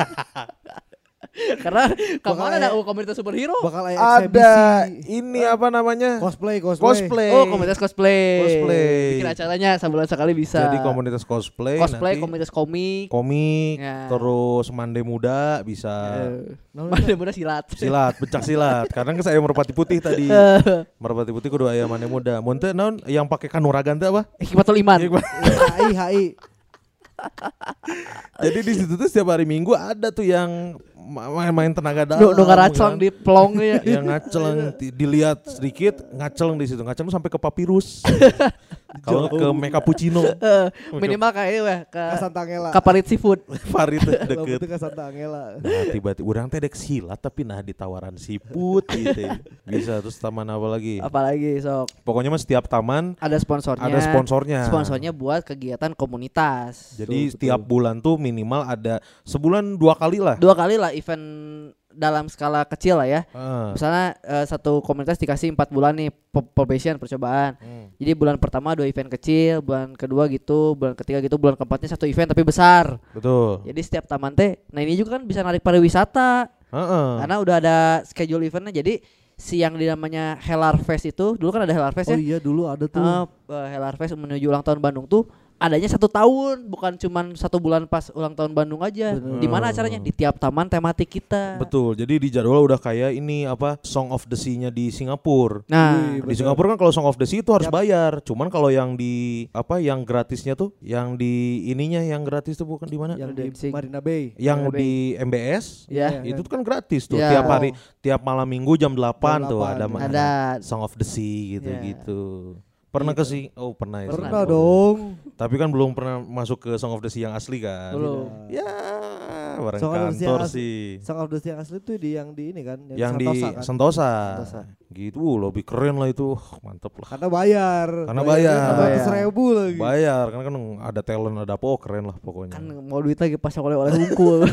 Karena kemana ada komunitas superhero? Bakal ada ini apa namanya? Cosplay. Oh, komunitas cosplay. Bikin acaranya sebulan sekali bisa. Jadi komunitas cosplay nanti, komunitas komik ya. Terus Mande Muda bisa. Mande Muda silat, pencak silat. Karena saya Merpati Putih tadi. Merpati Putih kudu aya Mande Muda. Mun teu naon yang pakai kanuragan teh apa? Hikmatul Iman. HI. Jadi di situ tuh setiap hari Minggu ada tuh yang main tenaga dalam. Ngaracleng di pelongnya. Yang ngacleng dilihat sedikit, ngacleng di situ. Ngacleng sampai ke papirus. Kalau ke Mekapuccino. Minimal kayak ini weh ke Santa Angela. Ke Parit Seafood. Parit deket. Ke Santa Angela. Nah, tiba-tiba urang teh dek silat tapi di tawaran seafood gitu. Bisa terus taman apa lagi? Apalagi sok. Pokoknya mah setiap taman ada sponsornya. Sponsornya buat kegiatan komunitas. Jadi setiap bulan tuh minimal ada sebulan 2 kali lah event dalam skala kecil lah ya. Misalnya satu komunitas dikasih 4 bulan nih probation percobaan. Jadi bulan pertama 2 event kecil, bulan kedua gitu, bulan ketiga gitu, bulan keempatnya 1 event tapi besar. Betul. Jadi setiap taman teh, nah ini juga kan bisa narik pariwisata. Karena udah ada schedule eventnya. Jadi siang di namanya Hellar Fest itu, dulu kan ada Hellar Fest ya. Oh iya dulu ada tuh. Hellar Fest menuju ulang tahun Bandung tuh adanya 1 tahun, bukan cuman 1 bulan pas ulang tahun Bandung aja. Di mana acaranya? Di tiap taman tematik kita. Betul. Jadi di jadwal udah kayak ini apa Song of the Sea-nya di Singapura. Nah, di Singapura kan kalau Song of the Sea itu harus bayar. Cuman kalau yang di apa yang gratisnya tuh, yang di ininya yang gratis tuh bukan di mana? Yang di Marina Bay. Yang di MBS. Ya. Itu tuh kan gratis tuh. Tiap hari, tiap malam Minggu jam 8 tuh ada Song of the Sea gitu. Pernah ke sih? Oh pernah ya. Pernah dong. Tapi kan belum pernah masuk ke Song of the Sea yang asli kan. Belum. Ya, bareng kantor sih. Song of the Sea yang asli tuh yang di ini kan, yang di Sentosa. Gitu, lebih keren lah itu. Mantep lah. Karena bayar. Karena bayar. 100.000 lagi. Bayar, karena kan ada talent, ada apa, keren lah pokoknya. Kan mau duit lagi pas oleh hunkul.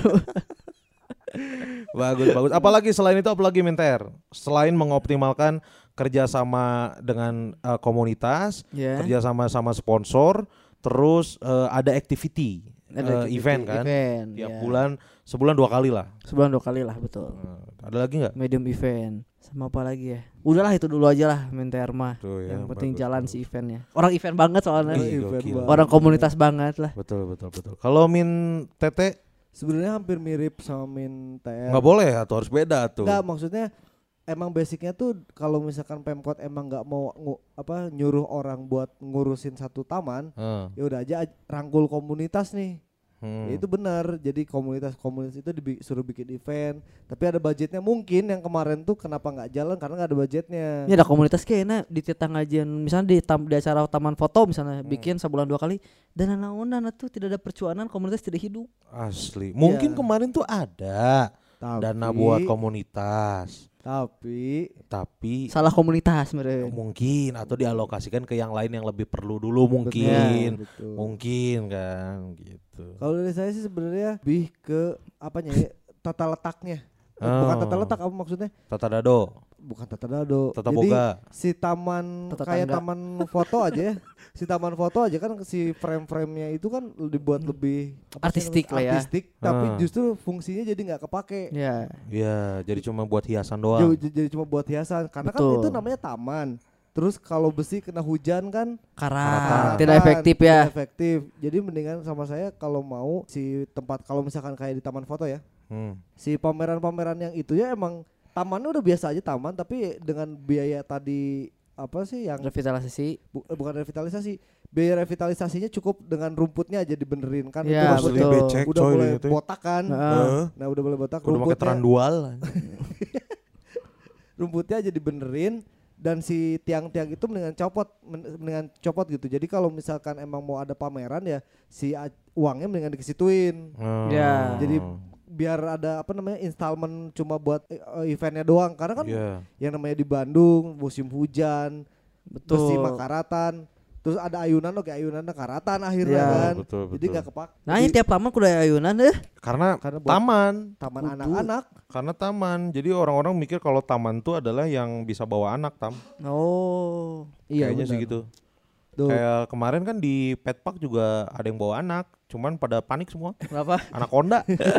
Bagus. Apalagi selain itu, apalagi Minter? Selain mengoptimalkan kerjasama dengan komunitas, kerjasama sama sponsor, terus ada activity, event kan, tiap bulan, sebulan 2 kali lah. Sebulan 2 kali lah, betul. Ada lagi nggak? Medium event, sama apa lagi ya? Udahlah itu dulu aja lah Minter mah. Ya, yang penting jalan si eventnya. Orang event banget soalnya, orang komunitas banget lah. Betul. Kalau Min Tete? Sebenarnya hampir mirip sama Min TR. Nggak boleh atau harus beda tuh? Nggak, maksudnya emang basicnya tuh kalau misalkan Pemkot emang nggak mau nyuruh orang buat ngurusin satu taman, ya udah aja rangkul komunitas nih. Ya itu benar. Jadi komunitas itu disuruh bikin event, tapi ada budgetnya. Mungkin yang kemarin tuh kenapa nggak jalan karena nggak ada budgetnya. Ini ada komunitas kayaknya di tetanggajian, misalnya di acara taman foto misalnya bikin sebulan 2 kali, dan naonan tuh tidak ada percuanan, komunitas tidak hidup. Asli. Mungkin kemarin tuh ada dana buat komunitas. Tapi salah komunitas mereka. Mungkin atau dialokasikan ke yang lain yang lebih perlu dulu mungkin. Betul. Mungkin kan gitu. Kalau dari saya sih sebenarnya lebih ke apanya ya? Tata letaknya. Bukan tata letak, apa maksudnya? Tata dado. Bukan tata dado. Tata jadi boga. Si taman kayak taman foto aja ya. Si taman foto aja kan si frame-frame-nya itu kan dibuat lebih artistik lah ya. Tapi justru fungsinya jadi nggak kepake. Iya, jadi cuma buat hiasan doang. Jadi cuma buat hiasan karena kan itu namanya taman. Terus kalau besi kena hujan kan karat. Tidak efektif ya. Tidak efektif. Jadi mendingan sama saya kalau mau si tempat, kalau misalkan kayak di taman foto ya. Si pameran-pameran yang itu ya emang tamannya udah biasa aja taman, tapi dengan biaya tadi apa sih yang revitalisasi, bukan revitalisasi, biaya revitalisasinya cukup dengan rumputnya aja dibenerin kan. Ya, itu udah mulai botak kan. Nah udah mulai botak, udah pakai terandual. Rumputnya aja dibenerin. Dan si tiang-tiang itu mendingan copot gitu. Jadi kalau misalkan emang mau ada pameran ya si uangnya mendingan dikesituin. Jadi biar ada installment cuma buat eventnya doang. Karena kan yang namanya di Bandung musim hujan, besi makaratan, terus ada ayunan ayunan karatan akhirnya kan. Betul. Jadi nggak kepak. Nah ini tiap taman kuda ayunan deh. Karena taman anak-anak. Karena taman. Jadi orang-orang mikir kalau taman tuh adalah yang bisa bawa anak Oh, iya. Kayaknya sih gitu. Kayak kemarin kan di Pet Park juga ada yang bawa anak, cuman pada panik semua. Kenapa? Anaconda.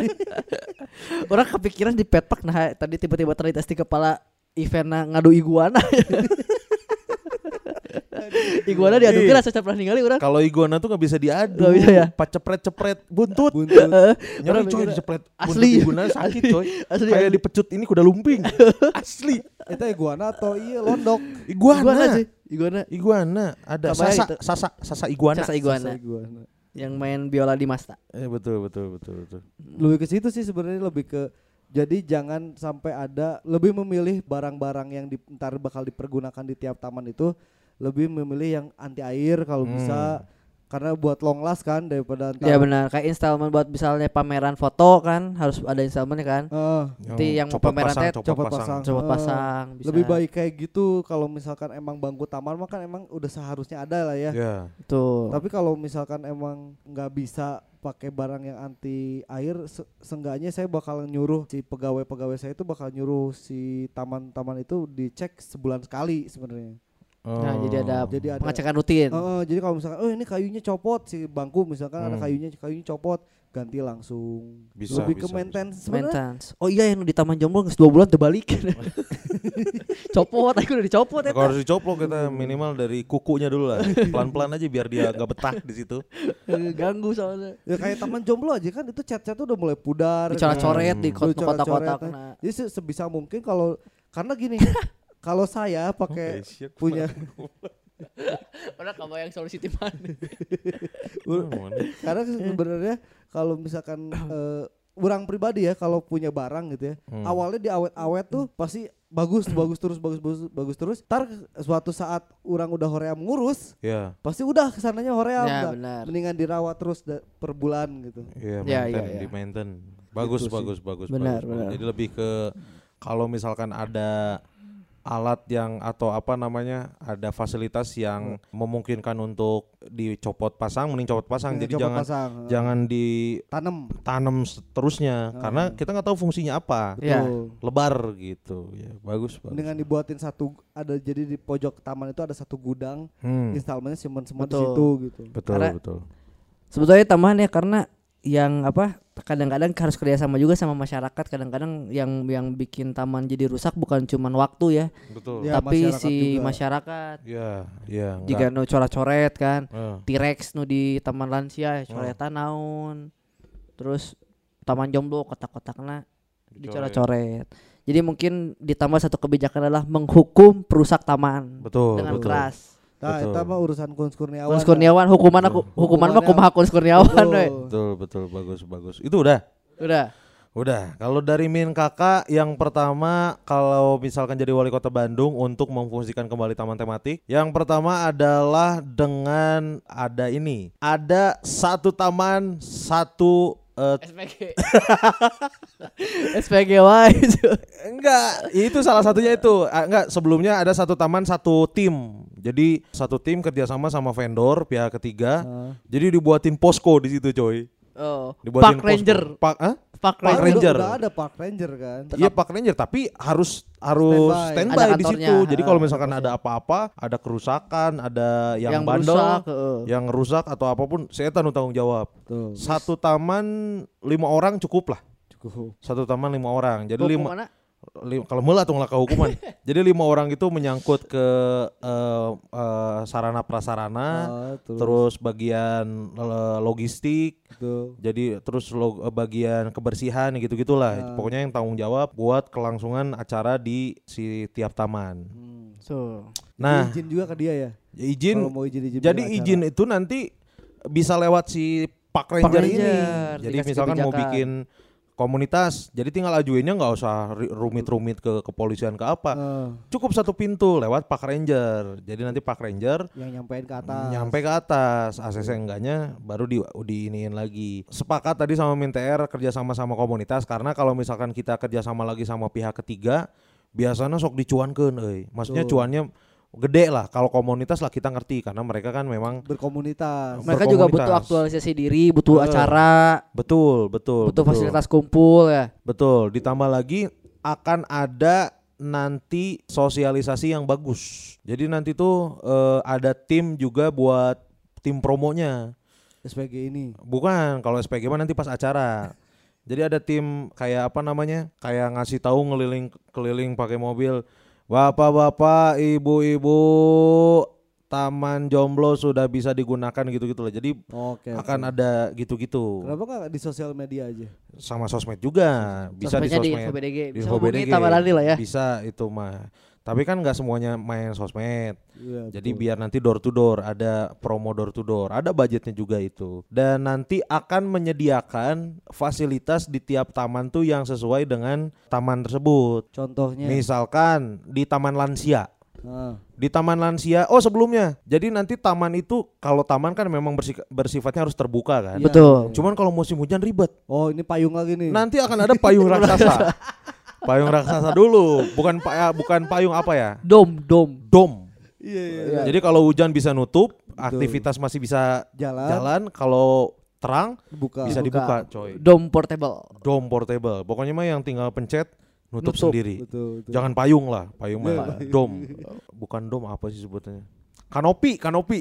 Orang kepikiran di Pet Park, nah tadi tiba-tiba terlintas di kepala event ngadu iguana. Iguana diadukin rasa pernah ningali orang. Kalau iguana tuh nggak bisa diadu. Gak bisa ya? Pas cepret buntut. Nyari coy dicepret. Asli. Iguana sakit coy. Kayak dipecut ini kuda lumping. Asli. Itu iguana atau londok? Iguana. Ada sasa iguana. Yang main biola di Masta. Betul. Lebih ke situ sih sebenarnya, lebih ke jadi jangan sampai ada, lebih memilih barang-barang yang ntar bakal dipergunakan di tiap taman itu, lebih memilih yang anti air kalau bisa, karena buat long last kan daripada antar. Ya benar, kayak installment buat misalnya pameran foto kan harus ada installmentnya kan. Nanti yang pameran copot pasang. Bisa. Lebih baik kayak gitu. Kalau misalkan emang bangku taman mah kan emang udah seharusnya ada lah ya. Tuh. Tapi kalau misalkan emang nggak bisa pakai barang yang anti air, seenggaknya saya bakal nyuruh si pegawai saya itu bakal nyuruh si taman-taman itu dicek sebulan sekali sebenarnya. Nah, jadi ada pengecekan rutin. Jadi kalau misalkan ini kayunya copot si bangku misalkan ada kayunya copot, ganti langsung. Lebih ke maintenance. Oh iya yang di Taman Jomblo 2 bulan terbalik. Copot, aku udah dicopot Kalau harus dicopot kita minimal dari kukunya dulu lah. Pelan-pelan aja biar dia enggak betah di situ. Ganggu soalnya. Ya kayak Taman Jomblo aja kan itu cat-cat udah mulai pudar. Dicoret-coret di kotak-kotak. Jadi sebisa mungkin karena gini, kalau saya pakai punya Padahal kamu yang solusi timan. Karena sebenarnya kalau misalkan orang pribadi ya kalau punya barang gitu ya, awalnya di awet-awet tuh pasti bagus terus. Ntar suatu saat orang udah hoream ngurus, pasti udah kesananya hoream, mendingan dirawat terus per bulan gitu. Di maintain. Bagus. Benar. Jadi lebih ke kalau misalkan ada alat yang atau ada fasilitas yang memungkinkan untuk dicopot pasang, mending copot pasang. Jadi jangan ditanam terusnya karena kita nggak tahu fungsinya apa. Lebar gitu. Ya, bagus. Dengan dibuatin ada jadi di pojok taman itu ada satu gudang, instalmennya simpan semua di situ gitu. Betul. Sebetulnya taman ya karena yang kadang-kadang harus kerjasama juga sama masyarakat. Kadang-kadang yang bikin taman jadi rusak bukan cuman waktu ya, tapi si masyarakat. Jika nu coret-coret kan, T-Rex nu di taman lansia coretan naon, terus Taman Jomblo kotak-kotakna dicoret-coret. Jadi mungkin ditambah satu kebijakan adalah menghukum perusak taman dengan keras. Nah, itu mah urusan Kunz Kurniawan. Kunz Kurniawan hukuman mah kumaha Kunz Kurniawan we. Betul, bagus. Itu udah. Kalau dari Min Kakak yang pertama kalau misalkan jadi wali kota Bandung untuk memfungsikan kembali taman tematik, yang pertama adalah dengan ada satu taman satu SPG. SPGY itu. Enggak, itu salah satunya itu. Enggak, sebelumnya ada satu taman satu tim. Jadi satu tim kerjasama sama vendor pihak ketiga. Jadi dibuatin posko di situ, coy. Park Ranger. Park Ranger. Udah ada Park Ranger kan. Iya Park Ranger, tapi harus standby di situ. Jadi kalau misalkan ada apa-apa, ada kerusakan, ada yang bandel, yang rusak atau apapun, saya tanggung jawab. Satu taman 5 orang cukup lah. Satu taman 5 orang. Jadi kalau meula tuh ngelaka hukuman. Jadi 5 orang itu menyangkut ke sarana prasarana, terus bagian logistik, jadi terus bagian kebersihan gitu-gitulah. Pokoknya yang tanggung jawab buat kelangsungan acara di si tiap taman. Nah, izin juga ke dia ya. Izin. Jadi izin itu nanti bisa lewat si Park Ranger ini. Jadi misalkan mau bikin komunitas, jadi tinggal ajuinnya nggak usah rumit-rumit ke kepolisian ke apa, cukup satu pintu lewat Park Ranger. Jadi nanti Park Ranger yang nyampe ke atas, ACC enggaknya baru diiniin lagi. Sepakat tadi sama Minter kerja sama komunitas, karena kalau misalkan kita kerja sama lagi sama pihak ketiga, biasanya sok dicuankeun, maksudnya cuannya gede lah. Kalau komunitas lah kita ngerti karena mereka kan memang berkomunitas. Mereka juga butuh aktualisasi diri, butuh acara. Betul. Butuh fasilitas kumpul ya. Betul. Ditambah lagi akan ada nanti sosialisasi yang bagus. Jadi nanti tuh ada tim juga buat tim promonya. SPG ini. Bukan, kalau SPG mah nanti pas acara. Jadi ada tim kayak kayak ngasih tahu keliling pakai mobil. Bapak-bapak, ibu-ibu, Taman Jomblo sudah bisa digunakan gitu-gitu lah. Jadi akan ada gitu-gitu. Kenapa nggak di sosial media aja? Sama sosmed juga, bisa di sosmed. Di FBDG. Bisa hubungi Tamarani lah ya. Bisa itu mah. Tapi kan nggak semuanya main sosmed. Jadi biar nanti door to door, ada promo door to door, ada budgetnya juga itu. Dan nanti akan menyediakan fasilitas di tiap taman tuh yang sesuai dengan taman tersebut. Contohnya? Misalkan di Taman Lansia. Di Taman Lansia, sebelumnya. Jadi nanti taman itu, kalau taman kan memang bersifatnya harus terbuka kan. Betul. Cuman kalau musim hujan ribet. Ini payung lagi nih. Nanti akan ada payung raksasa. Payung raksasa dulu, bukan payung apa ya? Dom. Iya. Jadi kalau hujan bisa nutup, aktivitas masih bisa jalan. Kalau terang bisa dibuka, coy. Dom portable. Pokoknya mah yang tinggal pencet nutup sendiri. Betul. Jangan payung lah, payung mah dom. Bukan dom, apa sih sebutnya? Kanopi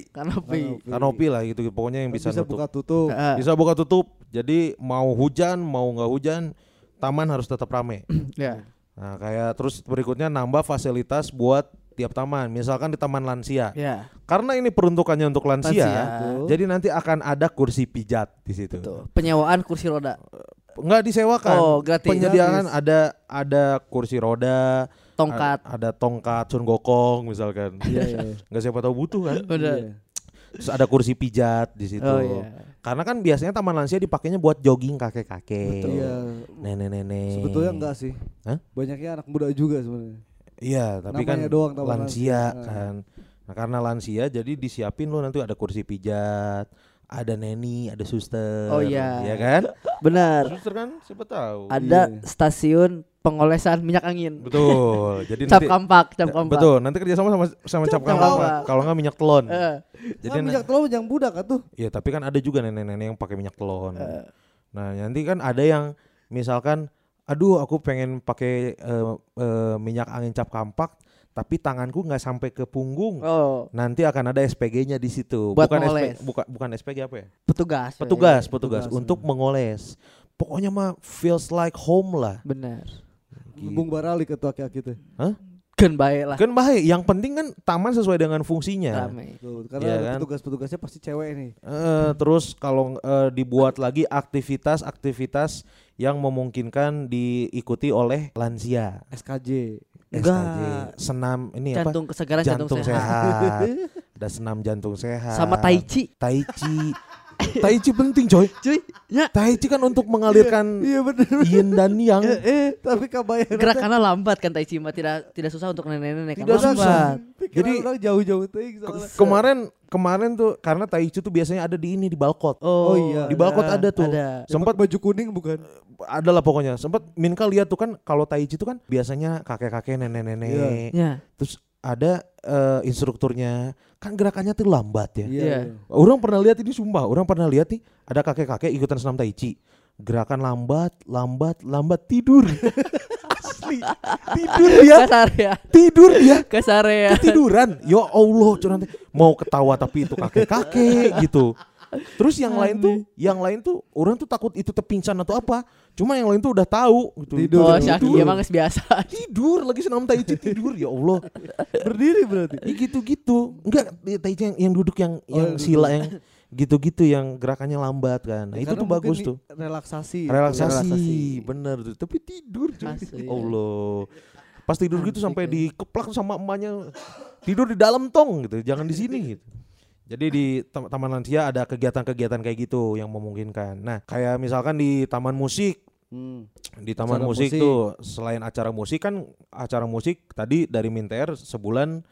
lah gitu. Pokoknya yang bisa nutup. Buka tutup. Bisa buka tutup. Jadi mau hujan, mau nggak hujan, taman harus tetap rame. Nah, kayak terus berikutnya nambah fasilitas buat tiap taman. Misalkan di taman lansia. Karena ini peruntukannya untuk lansia. Jadi nanti akan ada kursi pijat di situ. Betul. Penyewaan kursi roda. Nggak disewakan. Gratis. Penyediaan ada kursi roda, tongkat. Ada tongkat Sun Gokong misalkan. Iya. Nggak siapa tahu butuh kan. Benar. Terus ada kursi pijat di situ. Karena kan biasanya taman lansia dipakainya buat jogging kakek-kakek. Nenek-nenek. Sebetulnya enggak sih. Banyaknya anak muda juga sebenarnya. Iya, tapi namanya kan doang, lansia kan. Nah, karena lansia jadi disiapin lo nanti ada kursi pijat, ada neni, ada suster. Iya kan? Benar. Suster kan siapa tahu. Ada stasiun pengolesan minyak angin. Betul. Jadi cap kampak. Betul. Nanti kerjasama sama cap kampak. Kalau nggak minyak telon. Jadi minyak telon yang budak tuh. Iya, tapi kan ada juga nenek-nenek yang pakai minyak telon. Nah, nanti kan ada yang misalkan, aduh aku pengen pakai minyak angin cap kampak, tapi tanganku nggak sampai ke punggung. Nanti akan ada SPG-nya di situ. Bukan SPG apa ya? Petugas untuk mengoles. Pokoknya mah feels like home lah. Benar. Bung Barali ketua kita. Kan baik lah. Kan baik. Yang penting kan taman sesuai dengan fungsinya. Ramai. Karena ya kan? Petugas-petugasnya pasti cewek nih. Terus kalau dibuat lagi aktivitas yang memungkinkan diikuti oleh lansia. SKJ. Senam ini jantung apa? Kesegaran jantung sehat. Ada senam jantung sehat. Sama tai chi. Tai chi penting coy. Tai chi kan untuk mengalirkan yin dan yang. Tapi kebayang gerakannya lambat kan tai chi mah tidak susah untuk nenek-nenek. Tidak susah. Jadi orang jauh-jauh kemarin tuh karena tai chi tuh biasanya ada di balkot. Iya. Di balkot ada tuh. Sempat baju kuning bukan? Adalah pokoknya. Sempat Minka lihat tuh kan kalau tai chi tuh kan biasanya kakek-kakek, nenek-nenek. Terus ada instrukturnya kan gerakannya tuh lambat ya. Orang pernah lihat ini sumpah, orang pernah lihat nih ada kakek-kakek ikutan senam tai chi. Gerakan lambat tidur. Asli. Tidur dia. Kasar ya. Tidur dia. Kasar ya. Ketiduran. Ya Allah, nanti mau ketawa tapi itu kakek-kakek gitu. Terus yang lain tuh orang tuh takut itu terpingsan atau apa. Cuma yang lain tuh udah tahu gitu. Tidur. Syaki emang biasa. Tidur lagi senam tai chi tidur, ya Allah. Berdiri berarti. Gitu-gitu. Enggak, tai chi yang duduk yang sila yang gitu-gitu yang gerakannya lambat kan. Nah, itu tuh bagus tuh. Relaksasi. Bener tuh. Tapi tidur cuy. Allah. Pas tidur gitu sampai dikeplak sama emaknya. Tidur di dalam tong gitu, jangan di sini gitu. Jadi di taman lansia ada kegiatan-kegiatan kayak gitu yang memungkinkan. Nah, kayak misalkan di taman musik. Di taman musik tuh selain acara musik kan acara musik tadi dari Minter sebulan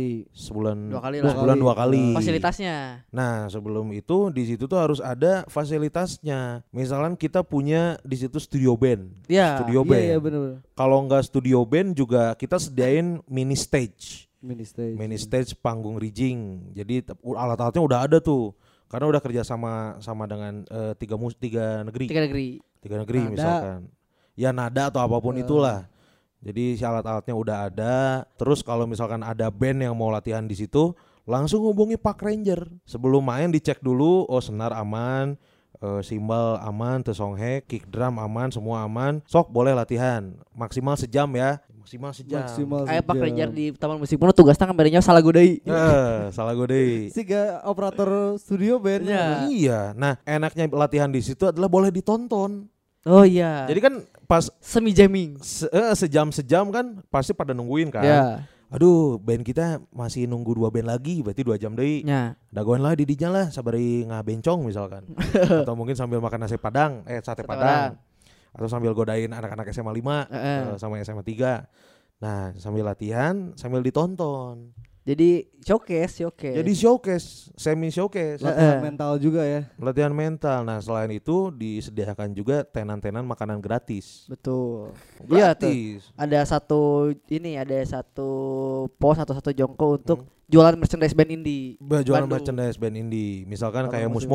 dua kali fasilitasnya. Nah, sebelum itu di situ tuh harus ada fasilitasnya. Misalkan kita punya di situ studio band. Iya, benar. Kalau enggak studio band juga kita sediain mini stage panggung rigging. Jadi alat-alatnya udah ada tuh. Karena udah kerja sama dengan tiga negeri nada. Misalkan. Ya nada atau apapun itulah. Jadi si alat-alatnya udah ada. Terus kalau misalkan ada band yang mau latihan di situ, langsung hubungi Park Ranger. Sebelum main dicek dulu, senar aman, simbal aman, tesonghek, kick drum aman, semua aman. Sok boleh latihan. Maksimal sejam ya. Kayak Pak Ranger di Taman Musik pun tugasnya kan bedanya salah godai. Siga operator studio band. Iya. Nah, enaknya latihan di situ adalah boleh ditonton. Oh iya. Jadi kan pas semi jamming. Sejam kan pasti pada nungguin kan. Aduh, band kita masih nunggu 2 band lagi, berarti 2 jam deui. Dagoan lah didinya lah sabari ngabencong misalkan. Atau mungkin sambil makan sate padang. Atau sambil godain anak-anak SMA 5 sama SMA 3. Nah, sambil latihan, sambil ditonton. Jadi showcase. Semi showcase. Latihan mental juga ya. Latihan mental. Nah, selain itu disediakan juga tenan-tenan makanan gratis. Betul. Gratis. Iya, ada satu pos atau satu jongko untuk jualan merchandise band indie. Jualan merchandise band indie. Misalkan kayak Musmob.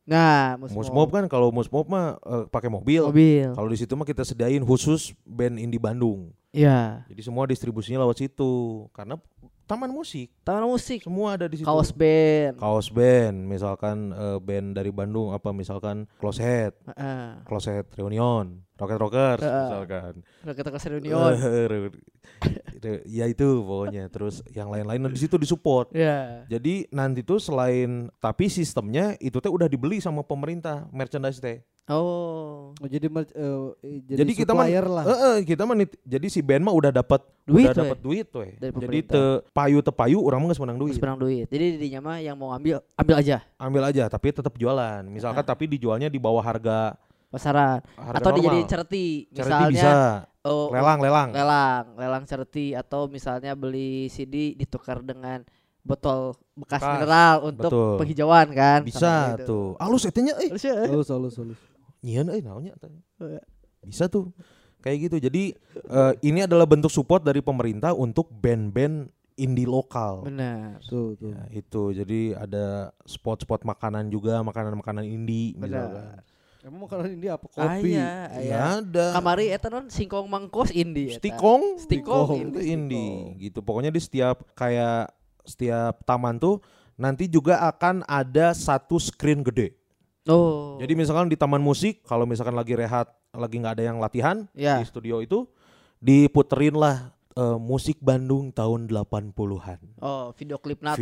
Nah, Musmob kan kalau Musmob mah pakai mobil. Kalau di situ mah kita sediain khusus band indie Bandung. Iya. Jadi semua distribusinya lewat situ karena taman musik. Semua ada di situ. Kaos band, misalkan band dari Bandung apa misalkan Closehead. Closehead Reunion, Rocket Rockers misalkan. Rocket Rockers Reunion. Ya itu pokoknya. Terus yang lain-lain di situ disupport. Yeah. Jadi nanti tuh tapi sistemnya itu teh udah dibeli sama pemerintah merchandise teh. Oh, jadi kita mah lah. Kita mah jadi si band mah udah dapat duit tuh. Jadi payu orang mah geus menang duit. Jadi didinya mah yang mau ambil aja, tapi tetap jualan. Misalkan tapi dijualnya di bawah harga pasaran atau dijadiin certi misalnya bisa. Lelang certi atau misalnya beli CD ditukar dengan botol bekas mineral untuk penghijauan kan. Bisa tuh. Halus etanya halus. Nyian naonnya bisa tuh. Kayak gitu. Jadi ini adalah bentuk support dari pemerintah untuk band-band indie lokal. Benar. Tuh. Ya, itu. Jadi ada spot-spot makanan juga, makanan-makanan indie misalkan. Emang makanan indie apa? Kopi. Ya ada. Kamari eta non singkong mangkos indie. Stikong itu indie gitu. Pokoknya di setiap taman tuh nanti juga akan ada satu screen gede. Oh. Jadi misalkan di taman musik kalau misalkan lagi rehat, lagi nggak ada yang latihan di studio itu diputerin lah musik Bandung tahun 80-an. Oh, video klipnya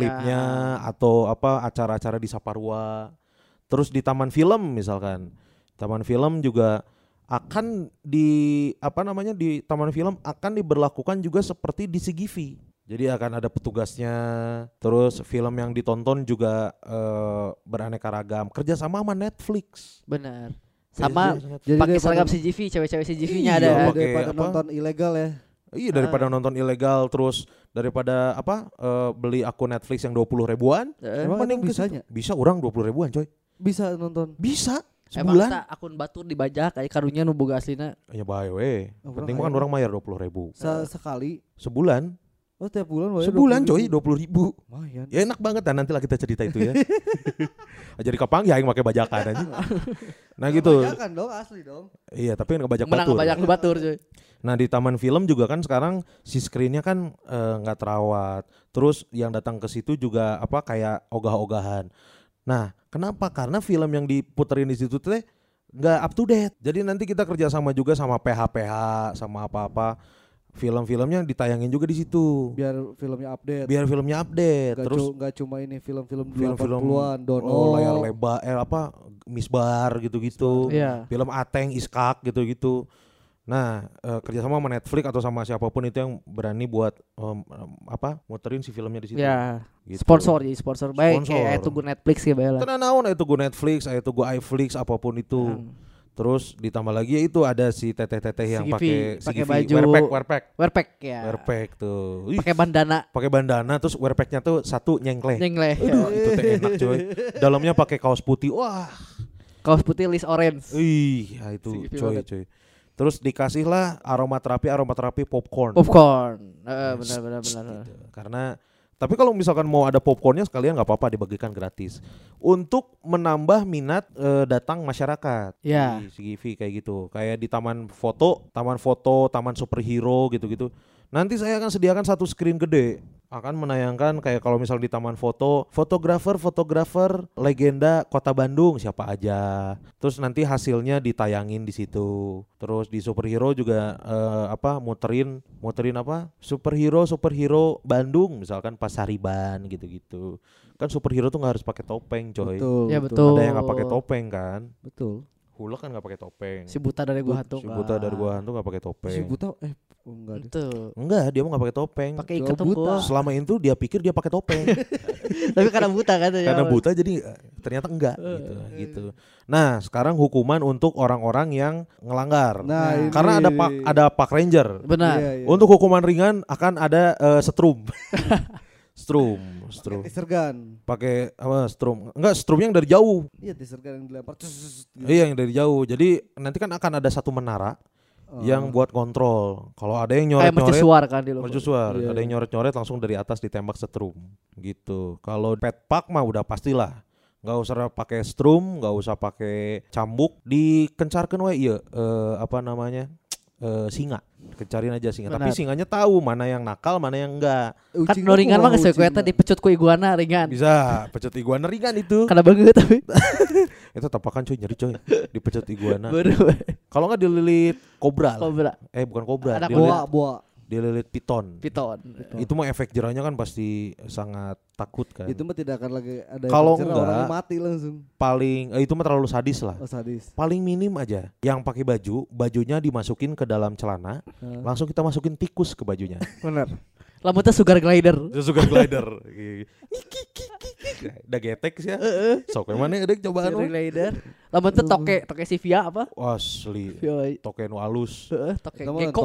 atau apa acara-acara di Saparua. Terus di taman film misalkan. Taman film juga akan di taman film akan diberlakukan juga seperti di CGV. Jadi akan ada petugasnya. Terus film yang ditonton juga beraneka ragam. Kerjasama sama Netflix. Benar. Sama pakai seragam CGV, cewek-cewek CGV-nya ada. Daripada nonton ilegal ya. Iya daripada nonton ilegal, terus daripada beli akun Netflix yang 20 ribuan. Emang bisanya? Bisa orang 20 ribuan coy. Bisa nonton? Bisa. Sebulan. Emang akun batur dibajak kayak karunya nu boga aslina. Ya bae we. Penting kan orang bayar 20 ribu. Sekali? Sebulan. Oh tiap bulan bayar? Sebulan coy 20 ribu. Lumayan. Ya enak banget kan nanti lah kita cerita itu ya. Jadi kapang ya yang pakai bajakan aja. Nah gitu. Bajakan dong asli dong. Iya tapi kan ngebajak batur. Menang ngebajak batur coy. Nah di taman film juga kan sekarang si screennya kan nggak terawat. Terus yang datang ke situ juga kayak ogah-ogahan. Nah kenapa? Karena film yang diputerin di situ teh nggak up to date. Jadi nanti kita kerjasama juga sama PH sama apa-apa. Film-filmnya ditayangin juga di situ. Biar filmnya update. Terus nggak cuma ini film-film 80-an, layar lebar Misbar gitu-gitu. Yeah. Film Ateng, Iskak gitu-gitu. Nah, kerjasama sama Netflix atau sama siapapun itu yang berani buat muterin si filmnya di situ. Ya. Gitu. Sponsor baik kayak itu gue Netflix ya bae lah. Tenan naon itu gue Netflix, itu gue iFlix apapun itu. Terus ditambah lagi ya itu ada si teteh-teteh yang pakai baju werpek tuh. Pakai bandana terus werpeknya tuh satu nyengleh. Aduh, itu teh enak coy. Dalamnya pakai kaos putih. Wah. Kaos putih list orange. Ya itu coy. Terus dikasihlah aromaterapi popcorn. Benar. Gitu. Karena tapi kalau misalkan mau ada popcornnya sekalian nggak apa-apa dibagikan gratis untuk menambah minat datang masyarakat di CGV kayak gitu. Kayak di taman foto, taman superhero gitu-gitu. Nanti saya akan sediakan satu screen gede. Akan menayangkan kayak kalau misal di taman fotografer legenda Kota Bandung siapa aja. Terus nanti hasilnya ditayangin di situ. Terus di superhero juga muterin superhero Bandung misalkan Pasariban gitu-gitu. Kan superhero tuh nggak harus pakai topeng coy. Betul. Ada yang nggak pakai topeng kan. Betul. Hulk kan nggak pakai topeng. Si Buta dari Gua Hantu. Nggak pakai topeng. Si Buta enggak. Enggak, dia mah nggak pakai topeng. Pakai ikat buta. Selama itu dia pikir dia pakai topeng. Tapi karena buta kan ya. Karena buta jadi ternyata enggak gitu. Nah, sekarang hukuman untuk orang-orang yang ngelanggar. Nah, karena ada Park Ranger. Benar. Iya. Untuk hukuman ringan akan ada strum. Strum. Disergan. Pakai strum? Enggak, strumnya yang dari jauh. Iya, disergan yang dilempar. Iya, yang dari jauh. Jadi nanti kan akan ada satu menara yang buat kontrol. Kalau ada yang nyoret-nyoret, mercusuar kan di mercusuar. Ada yang nyoret-nyoret langsung dari atas ditembak setrum gitu. Kalau pet park mah udah pastilah Nggak usah pakai strum, nggak usah pakai cambuk, dikencarkan we ieu apa namanya? Singa. Kencarin aja singa. Benar. Tapi singanya tahu mana yang nakal, mana yang enggak. Kan no ringan mah geus kueta dipecut ku iguana ringan. Bisa, pecut iguana ringan itu. Kada banget tapi. Itu tapakan cuy, nyeri cuy. Dipecut iguana. Baru. Kalau enggak dililit kobra. Kobra. Bukan kobra, Ada boa. Dililit piton. Itu mah efek jerahnya kan pasti sangat takut kan. Itu mah tidak akan lagi ada kalau efek jerah, enggak orang mati langsung. Paling itu mah terlalu sadis lah. Sadis. Paling minim aja. Yang pakai bajunya dimasukin ke dalam celana, langsung kita masukin tikus ke bajunya. Benar. Lamun teh sugar glider. Sugar glider. Udah getek sih ya. Sok mana ada cobaan Sugar glider. Lamun teh toke Sivia apa? Asli. Toke nu alus. Toke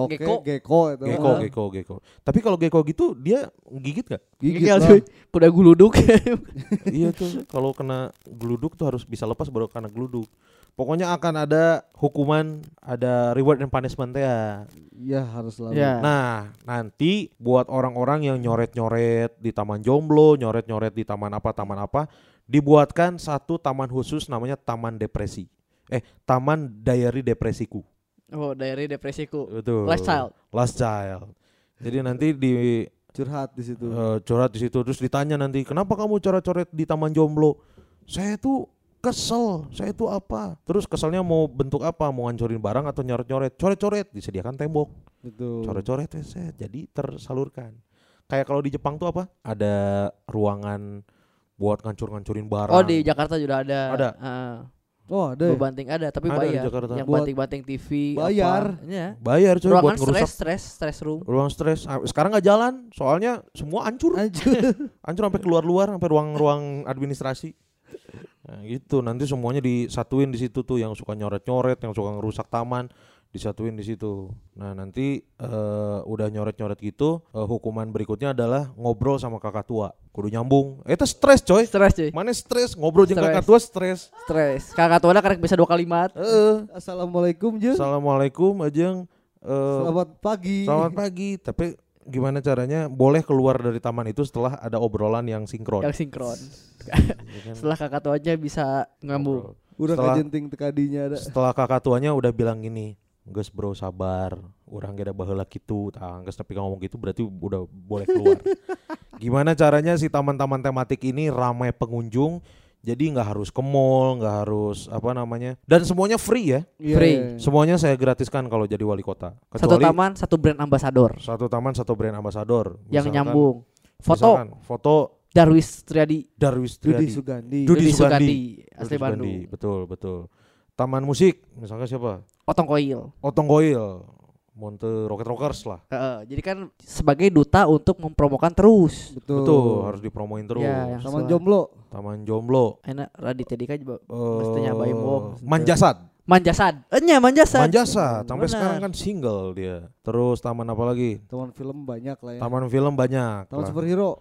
Gecko. Tapi kalau gecko gitu dia gigit enggak? Gigit lah. Kuda guluduk. Iya tuh. Kalau kena geluduk tuh harus bisa lepas baru kena geluduk. Pokoknya akan ada hukuman, ada reward and punishment ya. Iya harus selalu. Ya. Nah nanti buat orang-orang yang nyoret-nyoret di Taman Jomblo, nyoret-nyoret di taman apa, dibuatkan satu taman khusus namanya Taman Depresi. Taman Diary Depresiku. Oh, Diary Depresiku. Betul. Last Child. Jadi nanti curhat di situ. Curhat di situ terus ditanya nanti, "Kenapa kamu coret-coret di Taman Jomblo?" "Saya tuh kesel, saya itu apa?" Terus keselnya mau bentuk apa? Mau ngancurin barang atau nyoret-nyoret? Coret-coret, disediakan tembok. Betul. Coret-coret jadi tersalurkan. Kayak kalau di Jepang tuh apa? Ada ruangan buat ngancur-ngancurin barang. Oh, di Jakarta juga ada. Ada. Oh, ada. Banting ada tapi ada bayar. Yang banting-banting TV bayar. Apa. Bayar coy ruangan buat ngerusak. Stress room. Ruang stres. Sekarang enggak jalan, soalnya semua hancur. Hancur sampai keluar-luar, sampai ruang-ruang administrasi. Nah, gitu nanti semuanya disatuin di situ tuh, yang suka nyoret-nyoret, yang suka ngerusak taman disatuin di situ. Nah nanti udah nyoret-nyoret gitu, hukuman berikutnya adalah ngobrol sama kakak tua. Kudu nyambung. Itu stres coy. Mana stres ngobrol jeung kakak tua stres. Kakak tua karek bisa 2 kalimat. Assalamualaikum jeung. Assalamualaikum ajeng. Selamat pagi. Tapi gimana caranya boleh keluar dari taman itu setelah ada obrolan yang sinkron. Setelah kakak tuanya bisa ngambung. Udah kajenting tekadinya ada. Setelah kakak tuanya udah bilang gini, "Geus bro sabar, urang ge da baheula kitu." Geus nepi ngomong gitu berarti udah boleh keluar. Gimana caranya si taman-taman tematik ini ramai pengunjung? Jadi nggak harus ke mall, nggak harus apa namanya, dan semuanya free ya. Free. Semuanya saya gratiskan kalau jadi wali kota. Kecuali satu taman satu brand ambassador. Satu taman satu brand ambassador. Yang nyambung. Foto Darwis Triadi. Dudi Sugandi. Asli Bandung. Betul. Taman musik misalnya siapa? Otong Koil. Monte Rocket Rockers lah. Jadi kan sebagai duta untuk mempromokan terus. Betul, harus dipromoin terus. Ya, Taman Jomblo. Enak Raditya Dika juga mestinya bayi wong. Manjasad. Manjasad. Sampai sekarang kan single dia. Terus taman apa lagi? Taman film banyak lah ya. Taman superhero.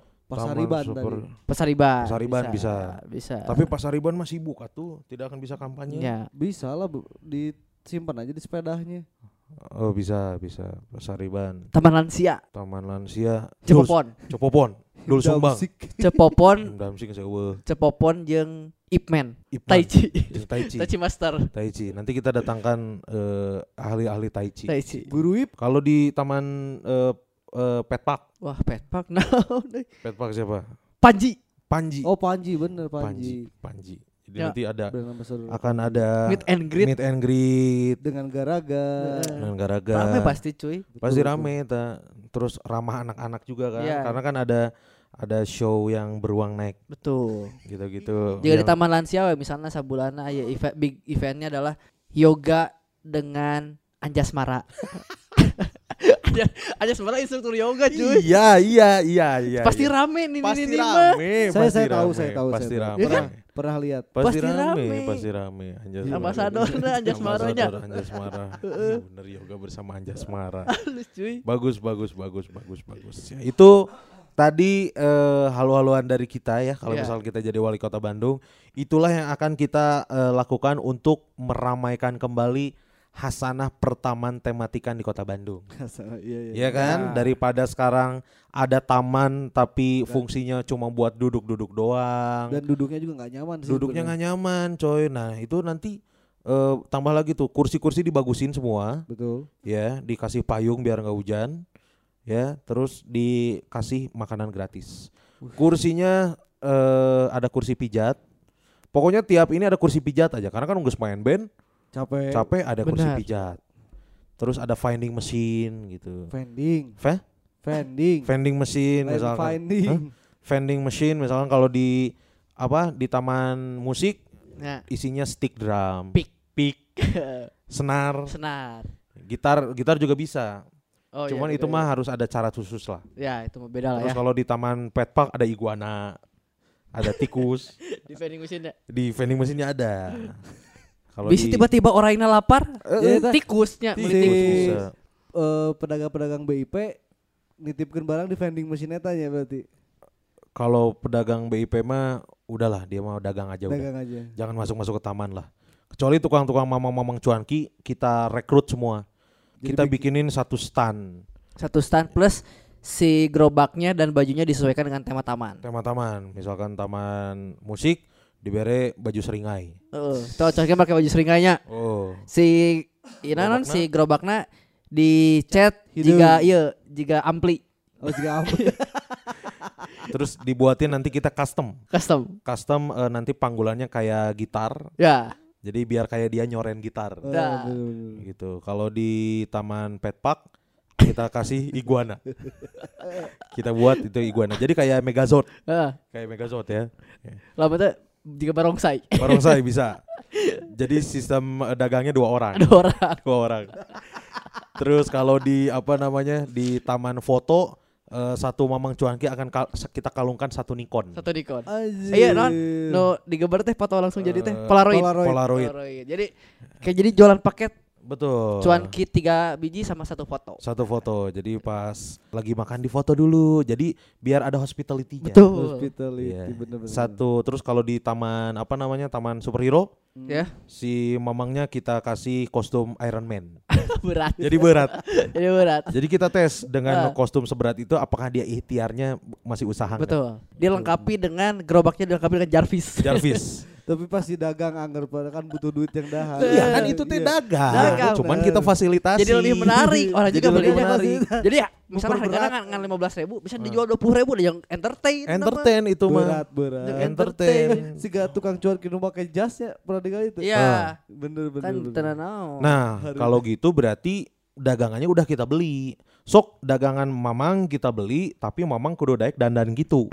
Pasariban bisa. Tapi Pasariban masih sibuk atuh, tidak akan bisa kampanye. Ya. Bisa lah disimpan aja di sepedanya. Oh bisa Pasariban. Taman Lansia. Cepopon. Dul Sumbang. Cepopon jeung Ipman. Taichi Master. Nanti kita datangkan ahli-ahli Taichi. Buruip. Kalau di taman Pet Park. Wah, Pet Park Pet Park siapa? Panji. Oh, Panji bener Panji. Jadi nanti akan ada meet and greet dengan Garaga. Rame pasti cuy. Pasti rame terus ramah anak-anak juga kan. Karena kan ada show yang beruang naik. Betul. Gitu-gitu. Jika di Taman Lansia misalnya sabulana aya big eventnya adalah yoga dengan Anjasmara. Anjasmara instruktur yoga cuy. Iya. Pasti rame nih. Saya tahu. Pasti rame. Pernah lihat. Pasti rame. Ambasadornya Anjasmaranya. Bener yoga bersama Anjasmara. Halus cuy. Bagus. Ya, itu tadi halu-haluan dari kita ya. Kalau misal kita jadi wali kota Bandung, itulah yang akan kita lakukan untuk meramaikan kembali hasanah pertaman tematikan di Kota Bandung. Iya kan? Daripada sekarang ada taman tapi fungsinya cuma buat duduk-duduk doang. Dan duduknya juga nggak nyaman sih. Duduknya nggak nyaman, coy. Nah itu nanti tambah lagi tuh kursi-kursi dibagusin semua. Betul. Ya, dikasih payung biar nggak hujan. Ya, terus dikasih makanan gratis. Kursinya ada kursi pijat. Pokoknya tiap ini ada kursi pijat aja. Karena kan nggak main band. Capek ada kursi pijat. Terus ada vending machine gitu. Vending machine misalkan. Vending machine misalkan kalau di taman musik isinya stick drum, pick, senar. Gitar juga bisa. Cuman itu mah harus ada cara khusus lah. Ya, itu beda lah ya. Terus kalau di taman pet park ada iguana, ada tikus. Di vending machine-nya ada. Bisa tiba-tiba orangnya lapar, tikusnya bisa. Pedagang-pedagang BIP nitipkan barang di vending machine tanya berarti. Kalau pedagang BIP mah udahlah, dia mau dagang aja. Jangan masuk ke taman lah. Kecuali tukang-tukang mamang-mamang cuanki kita rekrut semua. Kita bikinin satu stand plus si gerobaknya dan bajunya disesuaikan dengan tema taman. Misalkan taman musik diberi baju seringai. Cocoknya pakai baju seringainya. Si gerobakna dicat jika ampli. Terus dibuatin nanti kita custom nanti panggulannya kayak gitar. Ya. Jadi biar kayak dia nyoren gitar. Gitu. Kalau di taman pet park kita kasih iguana. Kita buat itu iguana. Jadi kayak Megazord. Kayak Megazord ya. Lamanya jika barongsai bisa. Jadi sistem dagangnya 2 orang. Terus kalau di di taman foto satu mamang cuanki akan kita kalungkan satu Nikon. Iya no digambar teh foto langsung jadi teh Polaroid. Jadi jualan paket. Betul. Cuanki 3 biji sama satu foto. Jadi pas lagi makan di foto dulu. Jadi biar ada hospitality-nya. Betul. Bener-bener. Satu. Terus kalau di taman taman superhero, si mamangnya kita kasih kostum Iron Man. Jadi berat. Jadi kita tes dengan kostum seberat itu apakah dia ikhtiarnya masih usaha. Betul. Dia lengkapi dengan gerobaknya dilengkapi dengan Jarvis. Tapi pasti dagang anggar kan butuh duit yang dahar. Iya kan itu teh dagang. Cuman kita fasilitasi. Jadi lebih menarik. Orang juga belinya. Jadi ya misalnya harganya ngan 15.000 bisa dijual 20.000 yang entertain itu mah. Berat. Entertain. Si tukang cuan kinu pakai jasnya pernah dengar itu. Iya. Bener. Nah, kalau gitu berarti dagangannya udah kita beli. Sok dagangan mamang kita beli, tapi mamang kudu daek dandan gitu.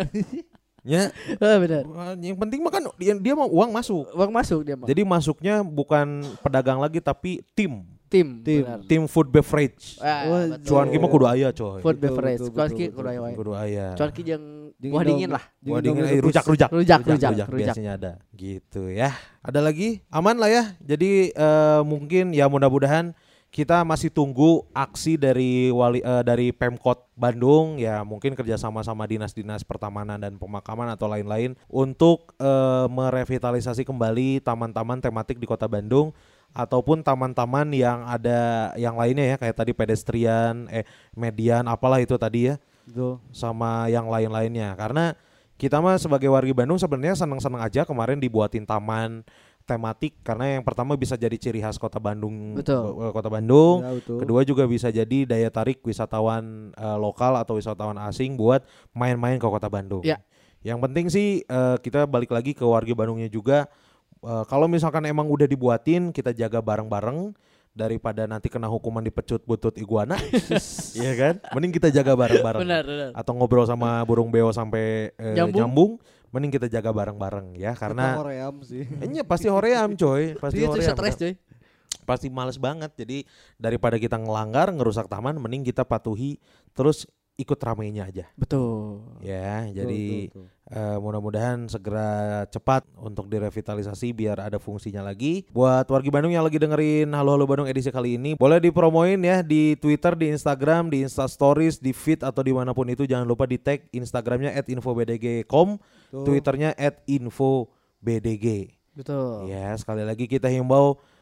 Ya, benar. Yang penting mah kan dia mau uang masuk dia mah. Jadi masuknya bukan pedagang lagi tapi tim food beverage. Cuan ki mah kudu aya coy. Food beverage. Cuan ki kudu aya. Cuan ki jeung buah dingin lah. Buah dingin rujak biasanya ada. Gitu ya. Ada lagi? Aman lah ya. Jadi mungkin ya mudah-mudahan kita masih tunggu aksi dari dari Pemkot Bandung ya, mungkin kerjasama sama dinas-dinas pertamanan dan pemakaman atau lain-lain untuk merevitalisasi kembali taman-taman tematik di Kota Bandung ataupun taman-taman yang ada yang lainnya ya, kayak tadi pedestrian, median apalah itu tadi ya. Betul. Sama yang lain-lainnya. Karena kita mah sebagai warga Bandung sebenarnya senang-senang aja kemarin dibuatin taman tematik, karena yang pertama bisa jadi ciri khas Kota Bandung. Kota Bandung. Ya, kedua juga bisa jadi daya tarik wisatawan lokal atau wisatawan asing buat main-main ke Kota Bandung. Ya. Yang penting sih kita balik lagi ke warga Bandungnya juga. Kalau misalkan emang udah dibuatin, kita jaga bareng-bareng daripada nanti kena hukuman dipecut butut iguana. Iya kan? Mending kita jaga bareng-bareng. Benar. Atau ngobrol sama burung beo sampai nyambung. Mending kita jaga bareng-bareng ya, karena hoream sih. Pasti hoream coy, pasti hoream. Stres coy. Pasti males banget. Jadi daripada kita ngelanggar, ngerusak taman, mending kita patuhi terus ikut ramainya aja. Betul. Ya, jadi mudah-mudahan segera cepat untuk direvitalisasi biar ada fungsinya lagi. Buat wargi Bandung yang lagi dengerin Halo Halo Bandung edisi kali ini, boleh dipromoin ya di Twitter, di Instagram, di Insta Stories, di feed atau dimanapun itu. Jangan lupa di tag Instagramnya @infobdg.com, Twitternya @infobdg. Betul. Ya, sekali lagi kita himbau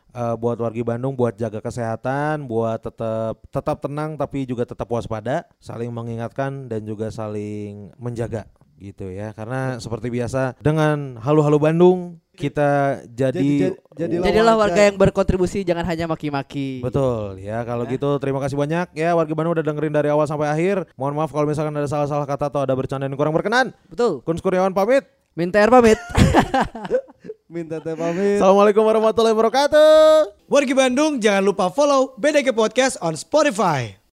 buat wargi Bandung buat jaga kesehatan, buat tetap tenang tapi juga tetap waspada, saling mengingatkan dan juga saling menjaga gitu ya. Karena seperti biasa dengan Halo-Halo Bandung kita jadilah warga yang berkontribusi, jangan hanya maki-maki. Betul ya. Kalau gitu terima kasih banyak ya warga Bandung udah dengerin dari awal sampai akhir. Mohon maaf kalau misalkan ada salah-salah kata atau ada bercanda yang kurang berkenan. Betul. Kun Kurniawan pamit. Minta pamit. Minta pamit. Assalamualaikum warahmatullahi wabarakatuh. Wargi Bandung jangan lupa follow BDG Podcast on Spotify.